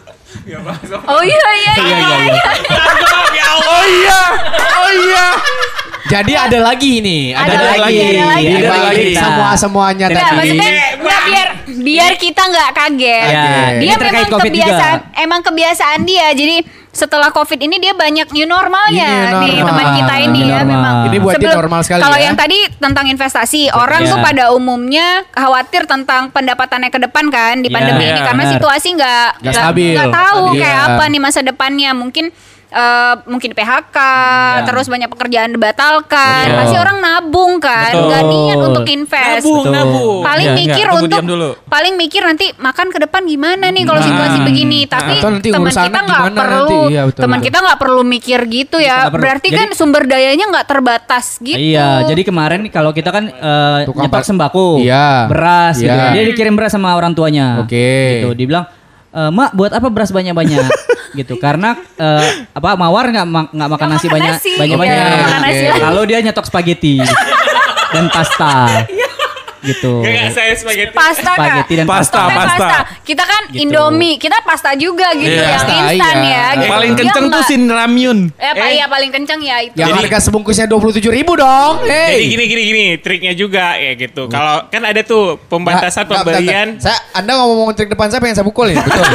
Oh iya iya iya. iya, iya. Oh iya. Oh iya. Jadi ada lagi ini, Ada ada, lagi, lagi. ada lagi. Ada Ada lagi. lagi. Semua semuanya Enggak, tadi. maksudnya enggak biar biar kita nggak kaget. Ya, Dia ini terkait memang Covid juga. kebiasaan, emang kebiasaan dia. Jadi setelah Covid ini dia banyak new normalnya New nih normal. teman kita ini New ya normal. memang. Ini buat dia Sebelum- normal sekali Kalau ya. yang tadi tentang investasi, orang Ya. tuh pada umumnya khawatir tentang pendapatannya ke depan kan di Ya, pandemi ini ya, karena benar. situasi nggak Nggak stabil. nggak tahu Iya. kayak apa nih masa depannya. Mungkin eh, mungkin P H K, terus banyak pekerjaan dibatalkan. Betul. Pasti orang nabung kan, Betul. nggak niat untuk invest. Nabung, Betul. nabung. Paling Iya, mikir enggak, tunggu, untuk diam dulu. paling mikir nanti makan ke depan gimana nih kalau Nah. situasi begini. Tapi Atau nanti teman ngurus kita anak nggak gimana perlu, nanti. Iya, betul, teman betul. kita nggak perlu mikir gitu ya. Nggak perlu. Berarti Jadi- kan sumber dayanya nggak terbatas gitu. Iya, jadi kemarin kalau kita kan eh, Tukang nyetok pa- sembako, Iya. beras gitu. Iya. Dia dikirim beras sama orang tuanya. Oke. Gitu. Dia bilang, "E, Mak, buat apa beras banyak-banyak?" gitu. Karena eh, apa Mawar nggak ma- nggak makan nasi makan banyak nasi. banyak-banyak. Iya, nggak makan nasi lagi. Lalu dia nyetok spaghetti dan pasta. gitu. Gak, gak, saya spaghetti. Pasta kak. Spaghetti dan Pasta, Stoknya pasta. Kita kan Gitu. Indomie, kita pasta juga gitu Iya. yang Pasta, instan iya. ya. Gitu. Paling Dia kenceng tuh nggak- sin ramyun. Eh, apa Eh. iya paling kenceng ya itu. Yang Jadi- harga sebungkusnya dua puluh tujuh ribu dong. Jadi Hey. gini gini gini triknya juga ya gitu. Kalau kan ada tuh pembatasan Nggak, nggak, pembelian. bentar, bentar. Saya Anda ngomong trik depan saya pengen saya pukul ini, betul.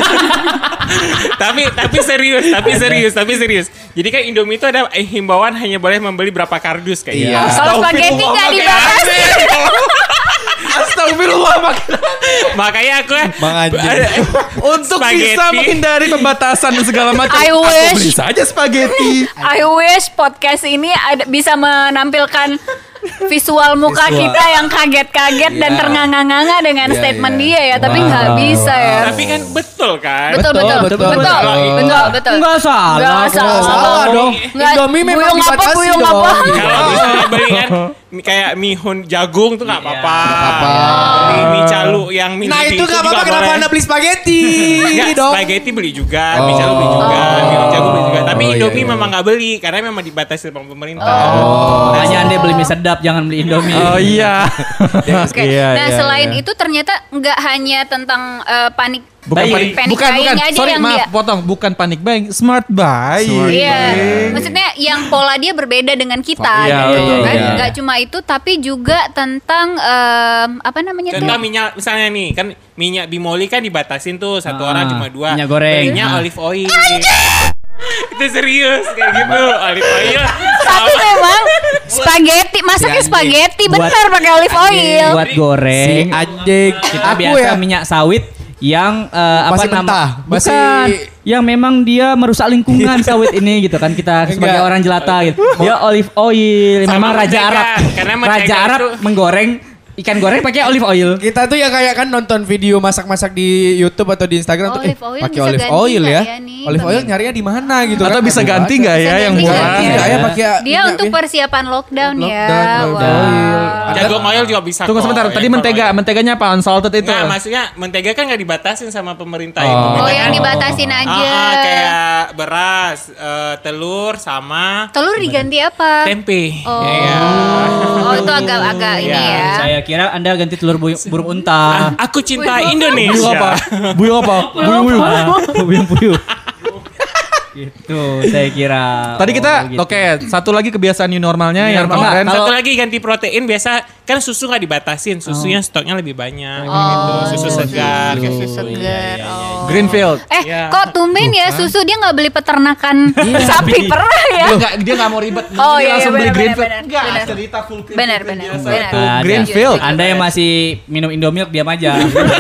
tapi tapi serius, tapi serius, tapi serius. Jadi kan Indomie itu ada eh, himbauan hanya boleh membeli berapa kardus kayak Iya. gitu. Kalau spaghetti nggak dibatasi. Astagfirullah makin Makanya aku Bang anjing. untuk Spaghetti. bisa menghindari pembatasan dan segala macam. I Aku wish. beli saja spaghetti. I wish podcast ini ada bisa menampilkan visual muka Visual. kita yang kaget-kaget dan Iya. ternganga-nganga dengan Iya, statement iya. dia ya, tapi nggak Wow. bisa ya. Tapi kan betul kan? Betul betul betul, betul betul, betul betul. betul betul. Enggak salah. Nggak kok. salah. Salah dong. Nggak- Indomie memang buyung apa, dibatasi buyung dong. apa? Kalau misalnya beli kan mie- kayak mihun jagung tuh nggak apa-apa. apa-apa. Beli mie calu yang mie Nah lebih itu gak apa-apa juga kenapa boleh. anda beli spaghetti Enggak, dong. spaghetti beli juga, mie Oh. calu beli juga, mie jagung beli juga. Tapi Oh, iya, Indomie iya. memang nggak beli karena memang dibatasi sama pemerintah. Makanya Anda beli mie sedap, jangan beli Indomie. Oh iya. Oke. Iya, Nah iya, selain iya. itu ternyata nggak hanya tentang eh, panik Bukan Buying. panik, Panic bukan, buying bukan. aja Sorry, yang maaf, dia- potong. Bukan panik buying, smart buying. Iya, maksudnya yang pola dia berbeda dengan kita, Iya, gitu betul, kan? iya. Nggak cuma itu, tapi juga tentang em, apa namanya Contoh tuh? minyak misalnya nih kan minyak bimoli kan dibatasin tuh satu Ah, orang cuma dua. minyak goreng. Belinya Ah. olive oil. Itu serius kayak gitu olive oil. Tapi memang spaghetti, masaknya Si anjing. spaghetti Buat- benar pakai olive oil. Buat goreng. Si anjing. Kita Aku biasa ya. minyak sawit yang eh, apa Masih nama? mentah, masih- Bukan. Yang memang dia merusak lingkungan sawit ini gitu kan kita sebagai Enggak. orang jelata gitu. Dia olive oil. Sama Memang Raja mentega. Arab. Karena mentega Raja Arab itu- menggoreng ikan goreng pakai olive oil. Kita tuh ya kayak kan nonton video masak-masak di YouTube atau di Instagram tuh eh Olive oil pakai bisa olive ganti oil nggak ya. ya nih, Olive oil bagi- nyarinya di mana gitu Atau kan. bisa Aduh, ganti ada. nggak ya Bisa yang ganti murah? nggak? Ganti nggak ya pakai Dia minyak untuk ya? persiapan lockdown, ya. Lockdown, olive Wah. oil. Jagung oil juga bisa. Tunggu kok, sebentar, yang tadi kalau mentega, oil. menteganya apa? Unsalted itu? Nggak, maksudnya mentega kan nggak dibatasin sama pemerintah Oh. itu. Oh, Oh, Mentega yang kan- dibatasin Ah, aja. ah, kayak beras, eh, telur sama Telur diganti apa? tempe. Oh, Iya. oh itu agak-agak ini Iya, ya. Saya kira Anda ganti telur buyung, burung unta. Ah, aku cinta Buyung Indonesia. apa? Buyung apa? Buyung buyung. Puyuh-puyuh. Gitu saya kira. Tadi kita, Oh, gitu. oke, satu lagi kebiasaan new normalnya yang Enggak, kemarin. satu lagi ganti protein biasa kan susu nggak dibatasin, susunya stoknya lebih banyak gitu, susu segar kayak Susu gitu. segar. Oh. Greenfield. Eh, Iya. kok tumben ya susu dia nggak beli peternakan sapi pernah ya? Dia nggak dia nggak mau ribet. Oh, Dia iya, langsung iya, beli benar, Greenfield. benar, Enggak, benar. cerita full cream. Benar, cream benar, biasa benar. itu. Ada. Greenfield. Anda yang masih minum Indomilk diam aja.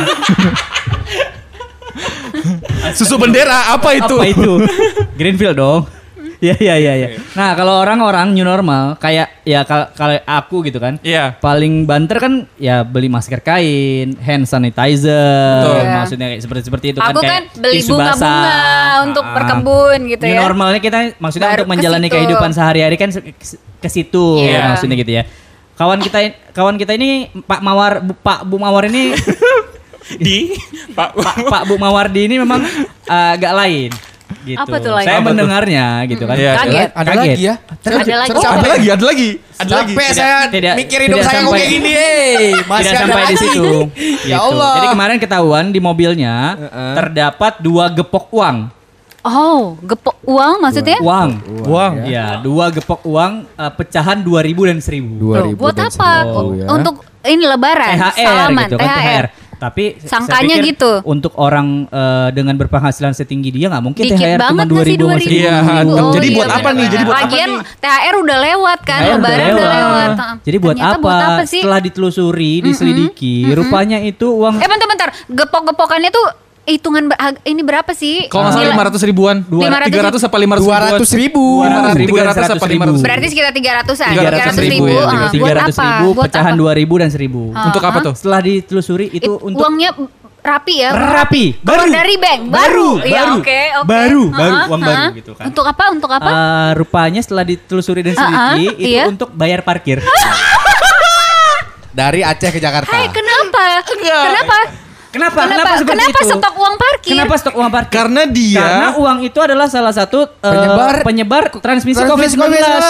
Susu bendera apa itu? Apa itu? Greenfield dong. Iya iya iya iya. Nah, kalau orang-orang new normal kayak ya kal- kalau aku gitu kan. Iya. Paling banter kan ya beli masker kain, hand sanitizer, Betul. Iya. maksudnya kayak seperti seperti itu kan Aku kayak kan beli tisu bunga-bunga basah. untuk Ah. berkebun gitu New ya. normalnya kita maksudnya Baru untuk ke menjalani situ. kehidupan sehari-hari kan se- ke, ke situ Iya. maksudnya gitu ya. Kawan kita kawan kita ini Pak Mawar Bu, Pak Bu Mawar ini Di Pak Pak, Pak Bu Mawardi ini memang uh, agak lain gitu. Apa tuh lain? Saya Apa tuh? mendengarnya gitu kan. Iya. Kaget. Ada Kaget. lagi ya? Ada lagi. Capek. Ada lagi, ada lagi. Ada lagi. Capek saya tidak- mikir tidak hidup saya kok sampai- kayak gini. eh. Masih Tidak ada sampai di lagi. situ. Ya Gitu. Allah. Jadi kemarin ketahuan di mobilnya Heeh. terdapat dua gepok uang. Oh, gepok uang maksudnya? Uang. Uang. Ya, dua gepok uang uh, pecahan dua ribu dan seribu. Dua Loh, ribu buat dan apa? seribu ya. Untuk ini lebaran, T H R salaman, gitu kan T H R. T H R. Tapi saya Sangkanya pikir gitu. untuk orang eh, dengan berpenghasilan setinggi dia nggak mungkin Dikit T H R cuma banget dua nggak sih ribu dua ribu? Iya, jadi buat apa nih? Jadi buat apa Lagian nih? T H R udah lewat kan, T H R udah lebaran udah lewat. Jadi buat Ternyata apa? buat apa sih? Setelah ditelusuri, diselidiki, rupanya itu uang Eh bentar-bentar, gepok-gepokannya tuh hitungan ber- ag- ini berapa sih? Kalau nggak salah Nilai- lima ratus ribuan. lima ratus tiga ratus apa lima ratus Dua ratus ribu. Dua ratus ribu tiga dan ratus seratus apa ribu. lima ratus Berarti sekitar tiga ratusan. tiga ratus ribu, ribu. ya, ah, tiga buat ratus apa? ribu Buat pecahan apa? dua ribu dan seribu. Untuk apa tuh? Setelah ditelusuri itu untuk Uangnya rapi ya? rapi, Keluar dari bank, baru. Iya, baru, oke, oke. baru, Ah, baru, ah, uang ah. baru gitu kan. Untuk apa? Untuk apa? Eh, rupanya setelah ditelusuri dan Ah, ah, selidiki itu iya. untuk bayar parkir. Dari Aceh ke Jakarta. Hai, kenapa? Kenapa? Kenapa? Kenapa? seperti Kenapa itu? stok uang parkir? Kenapa stok uang parkir? Karena dia Karena uang itu adalah salah satu eh, Penyebar- penyebar transmisi covid Transmisi sembilan belas.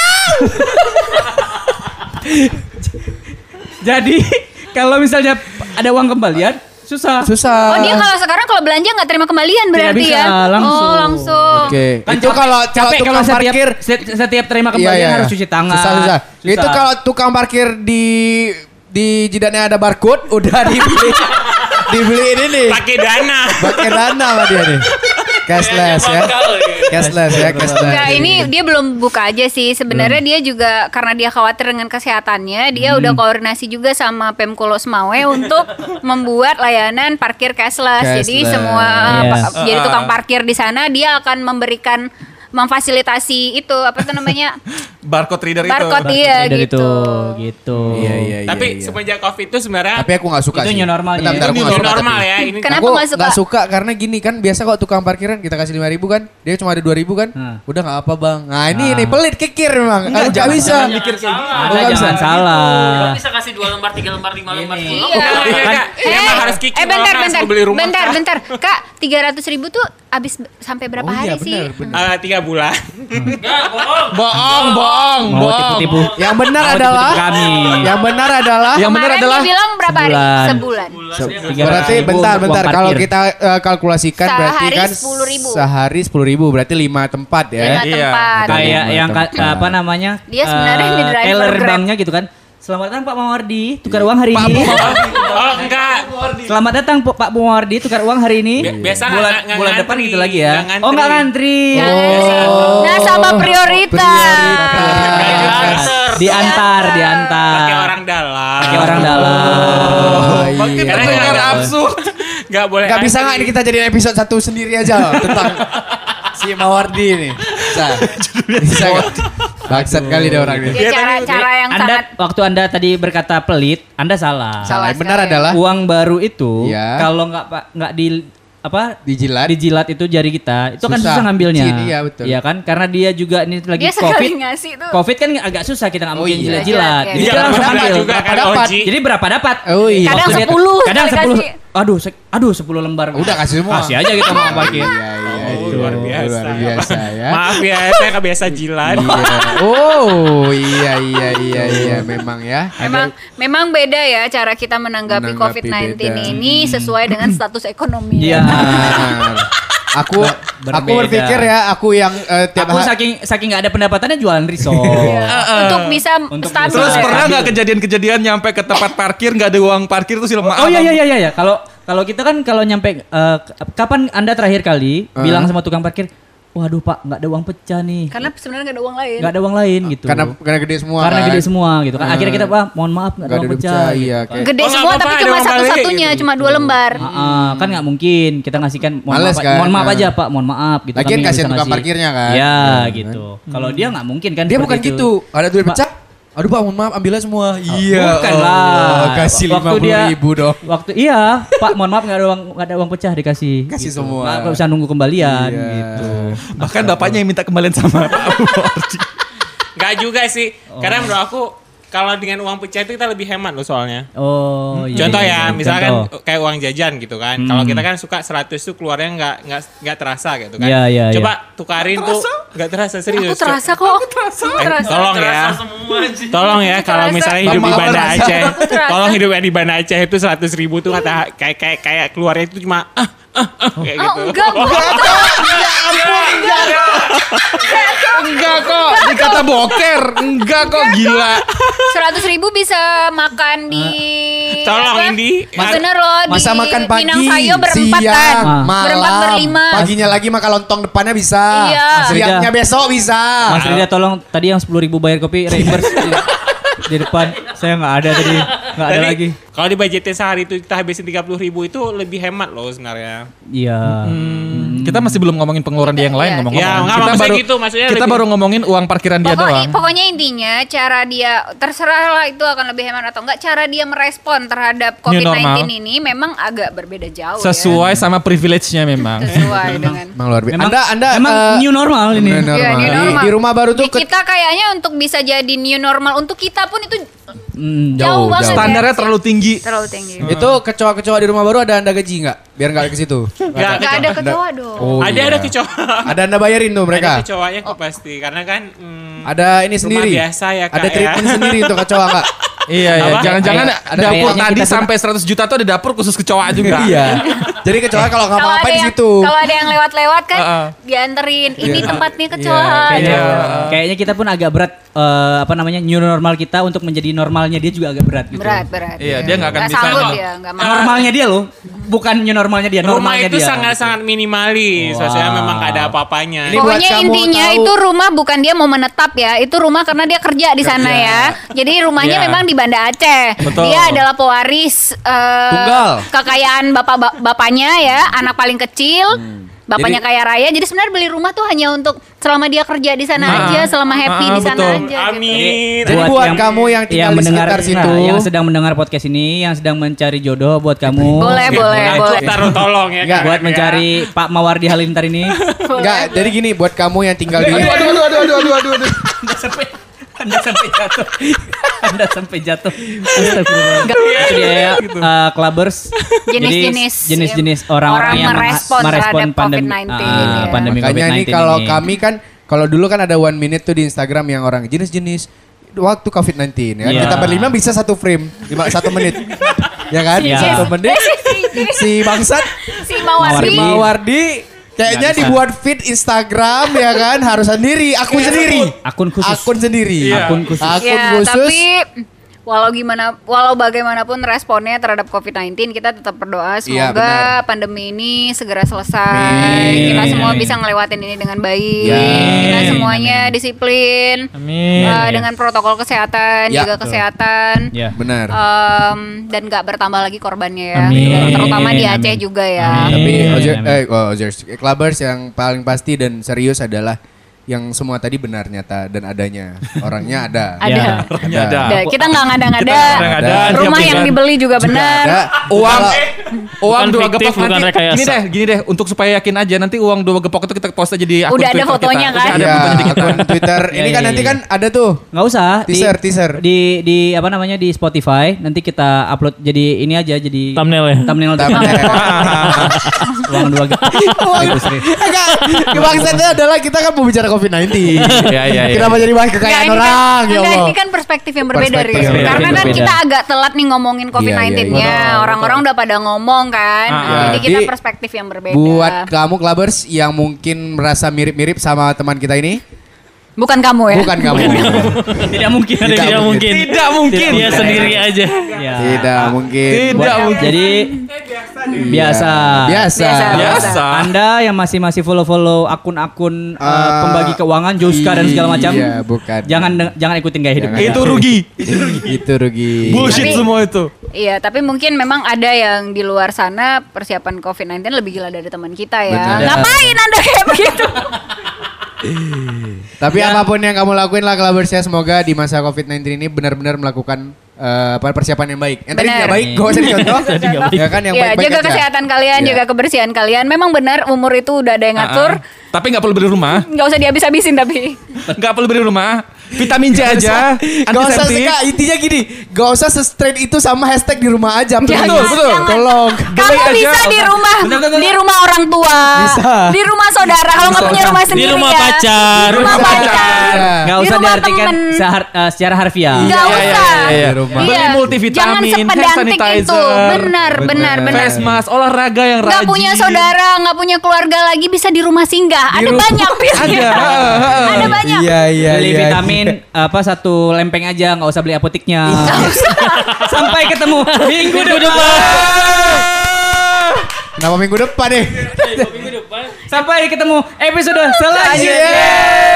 Jadi kalau misalnya ada uang kembalian susah. Susah. Oh, dia kalau sekarang kalau belanja nggak terima kembalian berarti bisa, ya? langsung. Oh, langsung. Oke. Kan Itu kalau kalau capek kalau tukang setiap, parkir set- setiap terima Iya, kembalian iya. harus cuci tangan. Susah, susah. Susah. Itu kalau tukang parkir di di jidatnya ada barcode udah dibeli dibeliin ini. Pakai dana. Pakai dana sama dia nih. Cashless ya. Cashless ya, cashless. Enggak, ini dia belum buka aja sih. Sebenarnya dia juga karena dia khawatir dengan kesehatannya, dia Hmm. udah koordinasi juga sama Pemkolo Semawe untuk membuat layanan parkir cashless. Jadi Cashless. semua Yes. pa- jadi tukang parkir di sana dia akan memberikan memfasilitasi itu apa tuh namanya? Barcode reader itu. Barcode iya Dari gitu. itu, gitu. Iya, iya, iya. Tapi iya. semenjak Covid itu sebenarnya Tapi aku gak suka Itu sih. new normalnya. Bentar, bentar, itu aku new nggak suka normal tapi. ya. Ini Kenapa Aku nggak suka? nggak suka karena gini kan biasa kok tukang parkiran kita kasih lima ribu kan, dia cuma ada dua ribu kan, Hmm. udah nggak apa bang. Nah ini Ah. ini pelit kikir memang, nggak nggak bisa. Anda nggak bisa. jangan salah. Bisa kasih dua lembar, tiga lembar, lima lembar, Ini. sepuluh Iya. Enggak, enggak, enggak. Eh, Emang harus kiki eh bentar, kalau bentar, mau beli rumah. bentar, Kak. bentar, Kak, tiga ratus ribu tuh habis b- sampai berapa Oh hari iya sih? benar benar. Eh, tiga bulan. Enggak, bohong. Bohong, bohong, Mau bohong. tipu-tipu. Yang benar Mau adalah tipu-tipu kami. Yang benar adalah Yang benar Kemarin adalah dia bilang berapa hari? sebulan. Sebulan. Tiga berarti ratus ribu bentar untuk bentar uang kalau parkir. kita eh, kalkulasikan berarti Sehari kan sepuluh ribu. sehari sepuluh ribu berarti lima tempat ya. Lima Iya. tempat. Kayak- Kayak yang ka- tempat. apa namanya? Dia sebenarnya eh, di driver teller Grab. banknya gitu kan. Selamat datang Pak Mawardi, tukar uang hari ini. Oh, enggak. Selamat datang Po- Pak Mawardi, tukar uang hari ini. Bi- biasa bulan nggak- nggak bulan ngantri, depan gitu lagi ya. nggak ngantri. Oh enggak ngantri. Oh. Nah, sama prioritas. Prioritas. Diantar, diantar. Pakai orang dalam. Pakai orang dalam. Oh, Makin iya. terdengar absurd. Enggak boleh. Gak bisa antri. nggak ini kita jadiin episode satu sendiri aja loh, tentang si Mawardi ini. Bisa. Bisa nggak? Bangsat kali deh orang ini. Ya, cara-cara yang Anda sangat waktu Anda tadi berkata pelit, Anda salah. Salah. Yang benar sekali. adalah Uang baru itu Iya. kalau nggak Pak nggak di apa dijilat. dijilat itu jari kita itu kan Susah. susah ngambilnya. Licin, iya, betul. Iya kan karena dia juga ini lagi dia sekali covid. ngasih tuh. Covid kan agak susah kita nggak Oh, mungkin iya. jilat-jilat. Jilat, Jadi Iya, kita langsung berapa ambil. juga Berapa kan dapat? Oji. Jadi berapa dapat? Oh iya. Kadang Waktu dia- sepuluh Kadang dikasih. sepuluh. Aduh, sek- aduh sepuluh lembar. Udah kasih semua. Kasih aja kita mau parkir. Iya iya Oh, iya. luar biasa. Luar biasa ya. Maaf ya, saya nggak biasa jilat. Iya. Oh iya iya iya iya memang ya. Memang memang beda ya cara kita menanggapi, Menanggapi covid sembilan belas beda. ini sesuai dengan status ekonomi. Iya. Benar. Aku Berbeda. aku berpikir ya aku yang eh, tiap Aku ha- saking saking nggak ada pendapatannya jualan risol. Iya. Untuk bisa Untuk stabil. Terus bisa. ya. pernah nggak kejadian-kejadian nyampe ke tempat parkir nggak ada uang parkir tuh sih lemah. Oh iya iya iya iya iya. Kalau kalau kita kan kalau nyampe eh, kapan Anda terakhir kali Uh. bilang sama tukang parkir, "Waduh, Pak, nggak ada uang pecah nih." Karena sebenarnya nggak ada uang lain. Nggak ada uang lain gitu. karena karena gede semua Karena kan. gede semua gitu kan. Uh. Akhirnya kita, "Pak, mohon maaf nggak ada Nggak uang ada pecah." pecah, gitu. iya kayak Gede Oh, nggak semua apa-apa, tapi ada cuma uang balik satu-satunya, gitu. cuma dua lembar. Ah, ah, kan nggak mungkin kita ngasihkan mohon Males maaf, kan? mohon maaf Nah. aja Pak, mohon maaf gitu. Lagian kami nggak kasihan bisa tukang ngasih. parkirnya kan. Ya Iya, gitu. Kalau dia nggak mungkin kan. Dia seperti bukan itu. gitu. Ada duit Pak, pecah. Aduh Pak, mohon maaf ambilnya semua. Iya. bukan oh, lah. Kasih lima Waktu puluh dia- ribu dong. Waktu iya, Pak, mohon maaf nggak ada uang nggak ada uang pecah dikasih. Kasih gitu. semua. Nggak nggak usah nunggu kembalian Iya. gitu. Bahkan bapaknya yang minta kembalian sama Pak Mawardi. Nggak juga sih. Karena menurut aku kalau dengan uang pecah itu kita lebih hemat loh soalnya. Oh, iya. Contoh ya, Contoh. misalkan kayak uang jajan gitu kan. Hmm. Kalau kita kan suka seratus tuh keluarnya nggak nggak nggak terasa gitu kan. Iya, iya, Coba tukarin tuh nggak terasa serius. Aku terasa kok. Aku Eh, terasa. tolong ya. Terasa semua anjing. Tolong ya kalau terasa. misalnya hidup di Mama Banda terasa. Aceh. Aku terasa. Tolong hidup di Banda Aceh itu seratus ribu tuh kata kayak kayak kayak keluarnya itu cuma ah ah ah kayak Oh gitu. enggak, enggak. Enggak kok, dikata boker. Enggak kok, gila. Seratus ribu bisa makan di. Tolong, apa? Indi. Mas bener loh di Masa makan pagi, Pinang Sayo berempat siang, kan. Ah. malam, Berempat berlima. paginya lagi makan lontong depannya bisa. Iya. Siangnya besok bisa. Mas Rida tolong tadi yang sepuluh ribu bayar kopi reimburse di, di depan. Saya nggak ada tadi, nggak ada Tapi lagi. kalau di budgetnya sehari itu kita habisin tiga puluh ribu itu lebih hemat loh sebenarnya. Iya. Kita masih belum ngomongin pengeluaran dia yang lain Iya. ngomong-ngomong. Ya, nggak, kita maksudnya baru gitu, maksudnya kita lebih- baru ngomongin uang parkiran dia Pokoknya, doang. pokoknya intinya cara dia terserah lah itu akan lebih hemat atau enggak, cara dia merespon terhadap covid sembilan belas normal. ini memang agak berbeda jauh Sesuai sama privilege-nya memang. ya. Sesuai dengan Emang luar biasa. Memang, Anda Anda memang eh, new normal ini. new normal. Iya, new Di- normal. Di, rumah baru tuh Di kita kayaknya untuk bisa jadi new normal untuk kita pun itu Hmm, jauh, jauh, banget. jauh. Standarnya ya. terlalu tinggi. terlalu tinggi. itu kecoa-kecoa di rumah baru ada Anda gaji nggak? Biar nggak ke situ. Nggak, Enggak ada kecoa dong. Oh, ada iya. ada kecoa. Ada Anda bayarin tuh mereka. Ada kecoanya kok pasti karena kan hmm, Ada ini rumah sendiri. biasa ya, Kak, Ada ya. treatment sendiri untuk kecoa nggak? Iya, iya. Apa? Jangan-jangan Kayak- ada dapur kayaknya tadi kita sampai seratus juta tuh ada dapur khusus kecoa juga. Iya. Jadi kecoa kalau nggak Kalau apa-apa ada di yang situ. kalau ada yang lewat-lewat kan Heeh. dianterin ini Iya. tempatnya Iya. kecoa. Kayaknya, gitu. kayaknya kita pun agak berat eh, apa namanya new normal kita untuk menjadi normalnya dia juga agak berat gitu. Berat, berat. Iya, dia nggak akan Nggak bisa. sanggup emang. ya, nggak mau. Normalnya dia loh, bukan new normalnya dia, Rumah normalnya itu dia. sangat-sangat minimalis. Wow. Maksudnya memang gak ada apa-apanya. Ini buat Pokoknya kamu intinya tahu. itu rumah bukan dia mau menetap ya, itu rumah karena dia kerja di sana ya. Jadi rumahnya Iya. memang di Banda Aceh. Betul. Dia adalah pewaris eh, Tunggal. kekayaan bapak ba- bapaknya ya, anak paling kecil. Bapaknya Jadi- kaya raya, jadi sebenarnya beli rumah tuh hanya untuk selama dia kerja di sana Ah. aja, selama happy Ah, di sana betul. aja. Gitu. Amin. Jadi buat kamu yang tinggal di mendengar, sekitar situ. nah, yang sedang mendengar podcast ini, yang sedang mencari jodoh buat kamu. Boleh, boleh, Nah, boleh. taruh tolong ya. Nggak, kan, Buat ya. mencari Pak Mawardi Halilintar ini. Enggak, jadi gini buat kamu yang tinggal di Aduh, aduh, aduh, aduh, aduh, aduh, aduh, aduh. Anda sampai Anda sampai jatuh. Anda sampai jatuh. Astagfirullah. Itu dia ya, uh, clubbers. Jenis-jenis, Jadi, jenis-jenis orang-orang orang yang merespon terhadap pandemi, covid sembilan belas, ah, ya. pandemi Makanya covid sembilan nih belas kalau ini. kami kan kalau dulu kan ada one minute tuh di Instagram yang orang jenis-jenis waktu covid sembilan belas ya kan. Iya. Kita berlima bisa satu frame lima satu menit. Ya kan? Iya. Satu menit. Si bangsat Si Mawardi. si Mawardi kayaknya Nggak bisa. dibuat feed Instagram ya kan harus sendiri, akun sendiri. Akun khusus. Akun sendiri. Iya. Akun khusus. Akun Ya, khusus. tapi walau gimana, walau bagaimanapun responnya terhadap covid sembilan belas, kita tetap berdoa Iya, semoga benar. pandemi ini segera selesai. Amin. Kita semua bisa ngelewatin ini dengan baik. Ya. Kita semuanya disiplin. Amin. uh, dengan protokol kesehatan, Ya, jaga betul. kesehatan. Ya. Benar. Um, dan gak bertambah lagi korbannya ya. Amin. Dan terutama di Amin. Aceh juga ya. Amin. Tapi Ozer, Amin. eh, oh, Ozers, Clubbers yang paling pasti dan serius adalah yang semua tadi benar nyata dan adanya. Orangnya ada. Ada. Ya. Orangnya ada. Ada. Kita nggak ngada-ngada. Kita ngada-ngada, Rumah dia yang bukan. dibeli juga Juga benar. ada. Uang uang Bukan dua fiktif, gepok bukan nanti rekayasa. gini deh gini deh untuk supaya yakin aja nanti uang dua gepok itu kita post aja di akun Udah ada Twitter fotonya kita. kan? Udah ada Iya, fotonya di kita. akun Twitter. Ya, Ini ya, kan ya, nanti ya. kan ada tuh. Nggak usah. Di- Teaser, teaser. Di di apa namanya di Spotify nanti kita upload jadi ini aja jadi Thumbnail ya? Thumbnail. Thumbnail. Uang dua gepok. Itu serius. Enggak, kebangsanya adalah kita kan mau bicara covid sembilan belas. Iya, iya, iya. Kenapa jadi bahas Nggak, kekayaan ini kan- orang, ya nggak, Allah. ini kan perspektif yang berbeda, Perspektif Riz. yang berbeda. Karena kan Berbeda. kita agak telat nih ngomongin covid sembilan belas Iya, iya, nya. betul, Orang-orang udah pada ngomong kan. Ah, ah. Jadi kita Jadi, perspektif yang berbeda. Buat kamu Clubbers yang mungkin merasa mirip-mirip sama teman kita ini, Bukan kamu ya? bukan kamu. Tidak mungkin ada Tidak Tidak mungkin. Tidak mungkin. Dia sendiri aja. Ya. Tidak mungkin. Tidak Buat- mungkin. Jadi biasa. Biasa. Biasa. Biasa. Anda yang masih masih follow-follow akun-akun uh, Eh, pembagi keuangan, Joska dan segala macam. Iya, bukan. Jangan de- jangan ikutin gaya hidup. Jangan. Itu rugi. Itu rugi. Bullshit Tapi- semua itu. Iya, tapi mungkin memang ada yang di luar sana persiapan covid sembilan belas lebih gila dari teman kita ya. Benar. Ngapain Anda kayak begitu? Tapi Ya. apapun yang kamu lakuin lah Clubbers ya, semoga di masa covid sembilan belas ini benar-benar melakukan eh, apa persiapan yang baik. Yang tadi Benar. nggak baik, gak usah dicontoh. Tadi nggak baik. Ya kan yang Iya, baik-baik jaga aja. kesehatan kalian, Iya. jaga kebersihan kalian. Memang benar umur itu udah ada yang ngatur. Ah, ah. Tapi nggak perlu beli rumah. Nggak usah dihabis-habisin tapi. Nggak perlu beli rumah. Vitamin C aja. Gak usah Antiseptik. Kak, intinya gini, gak usah se-straight itu sama hashtag di rumah aja. please. Jangan, betul. jangan. Tolong. Kamu Beli aja, bisa nggak di usah. rumah, Bentar, bentar, di bentar. rumah orang tua, Bisa. di rumah saudara. Kalau nggak punya rumah Di sendiri rumah ya. pacar. Di rumah Bisa. pacar. Iya. Nggak Di usah rumah diartikan temen. sehar- eh, secara harfiah. Nggak Iya, iya, usah. iya, iya. Di rumah. Beli Iya. multivitamin, Jangan hand sepedantik itu. sanitizer. Benar, benar, Benar. benar. Face mask, olahraga yang Nggak rajin. punya saudara, nggak punya keluarga lagi bisa di rumah singgah. Di Ada rumah- banyak pilihan. Ada. Ada banyak. Iya, iya, Beli iya. vitamin apa satu lempeng aja, nggak usah beli apotiknya. Sampai ketemu minggu depan. Kenapa minggu depan nih? Sampai ketemu episode selanjutnya. Yeay.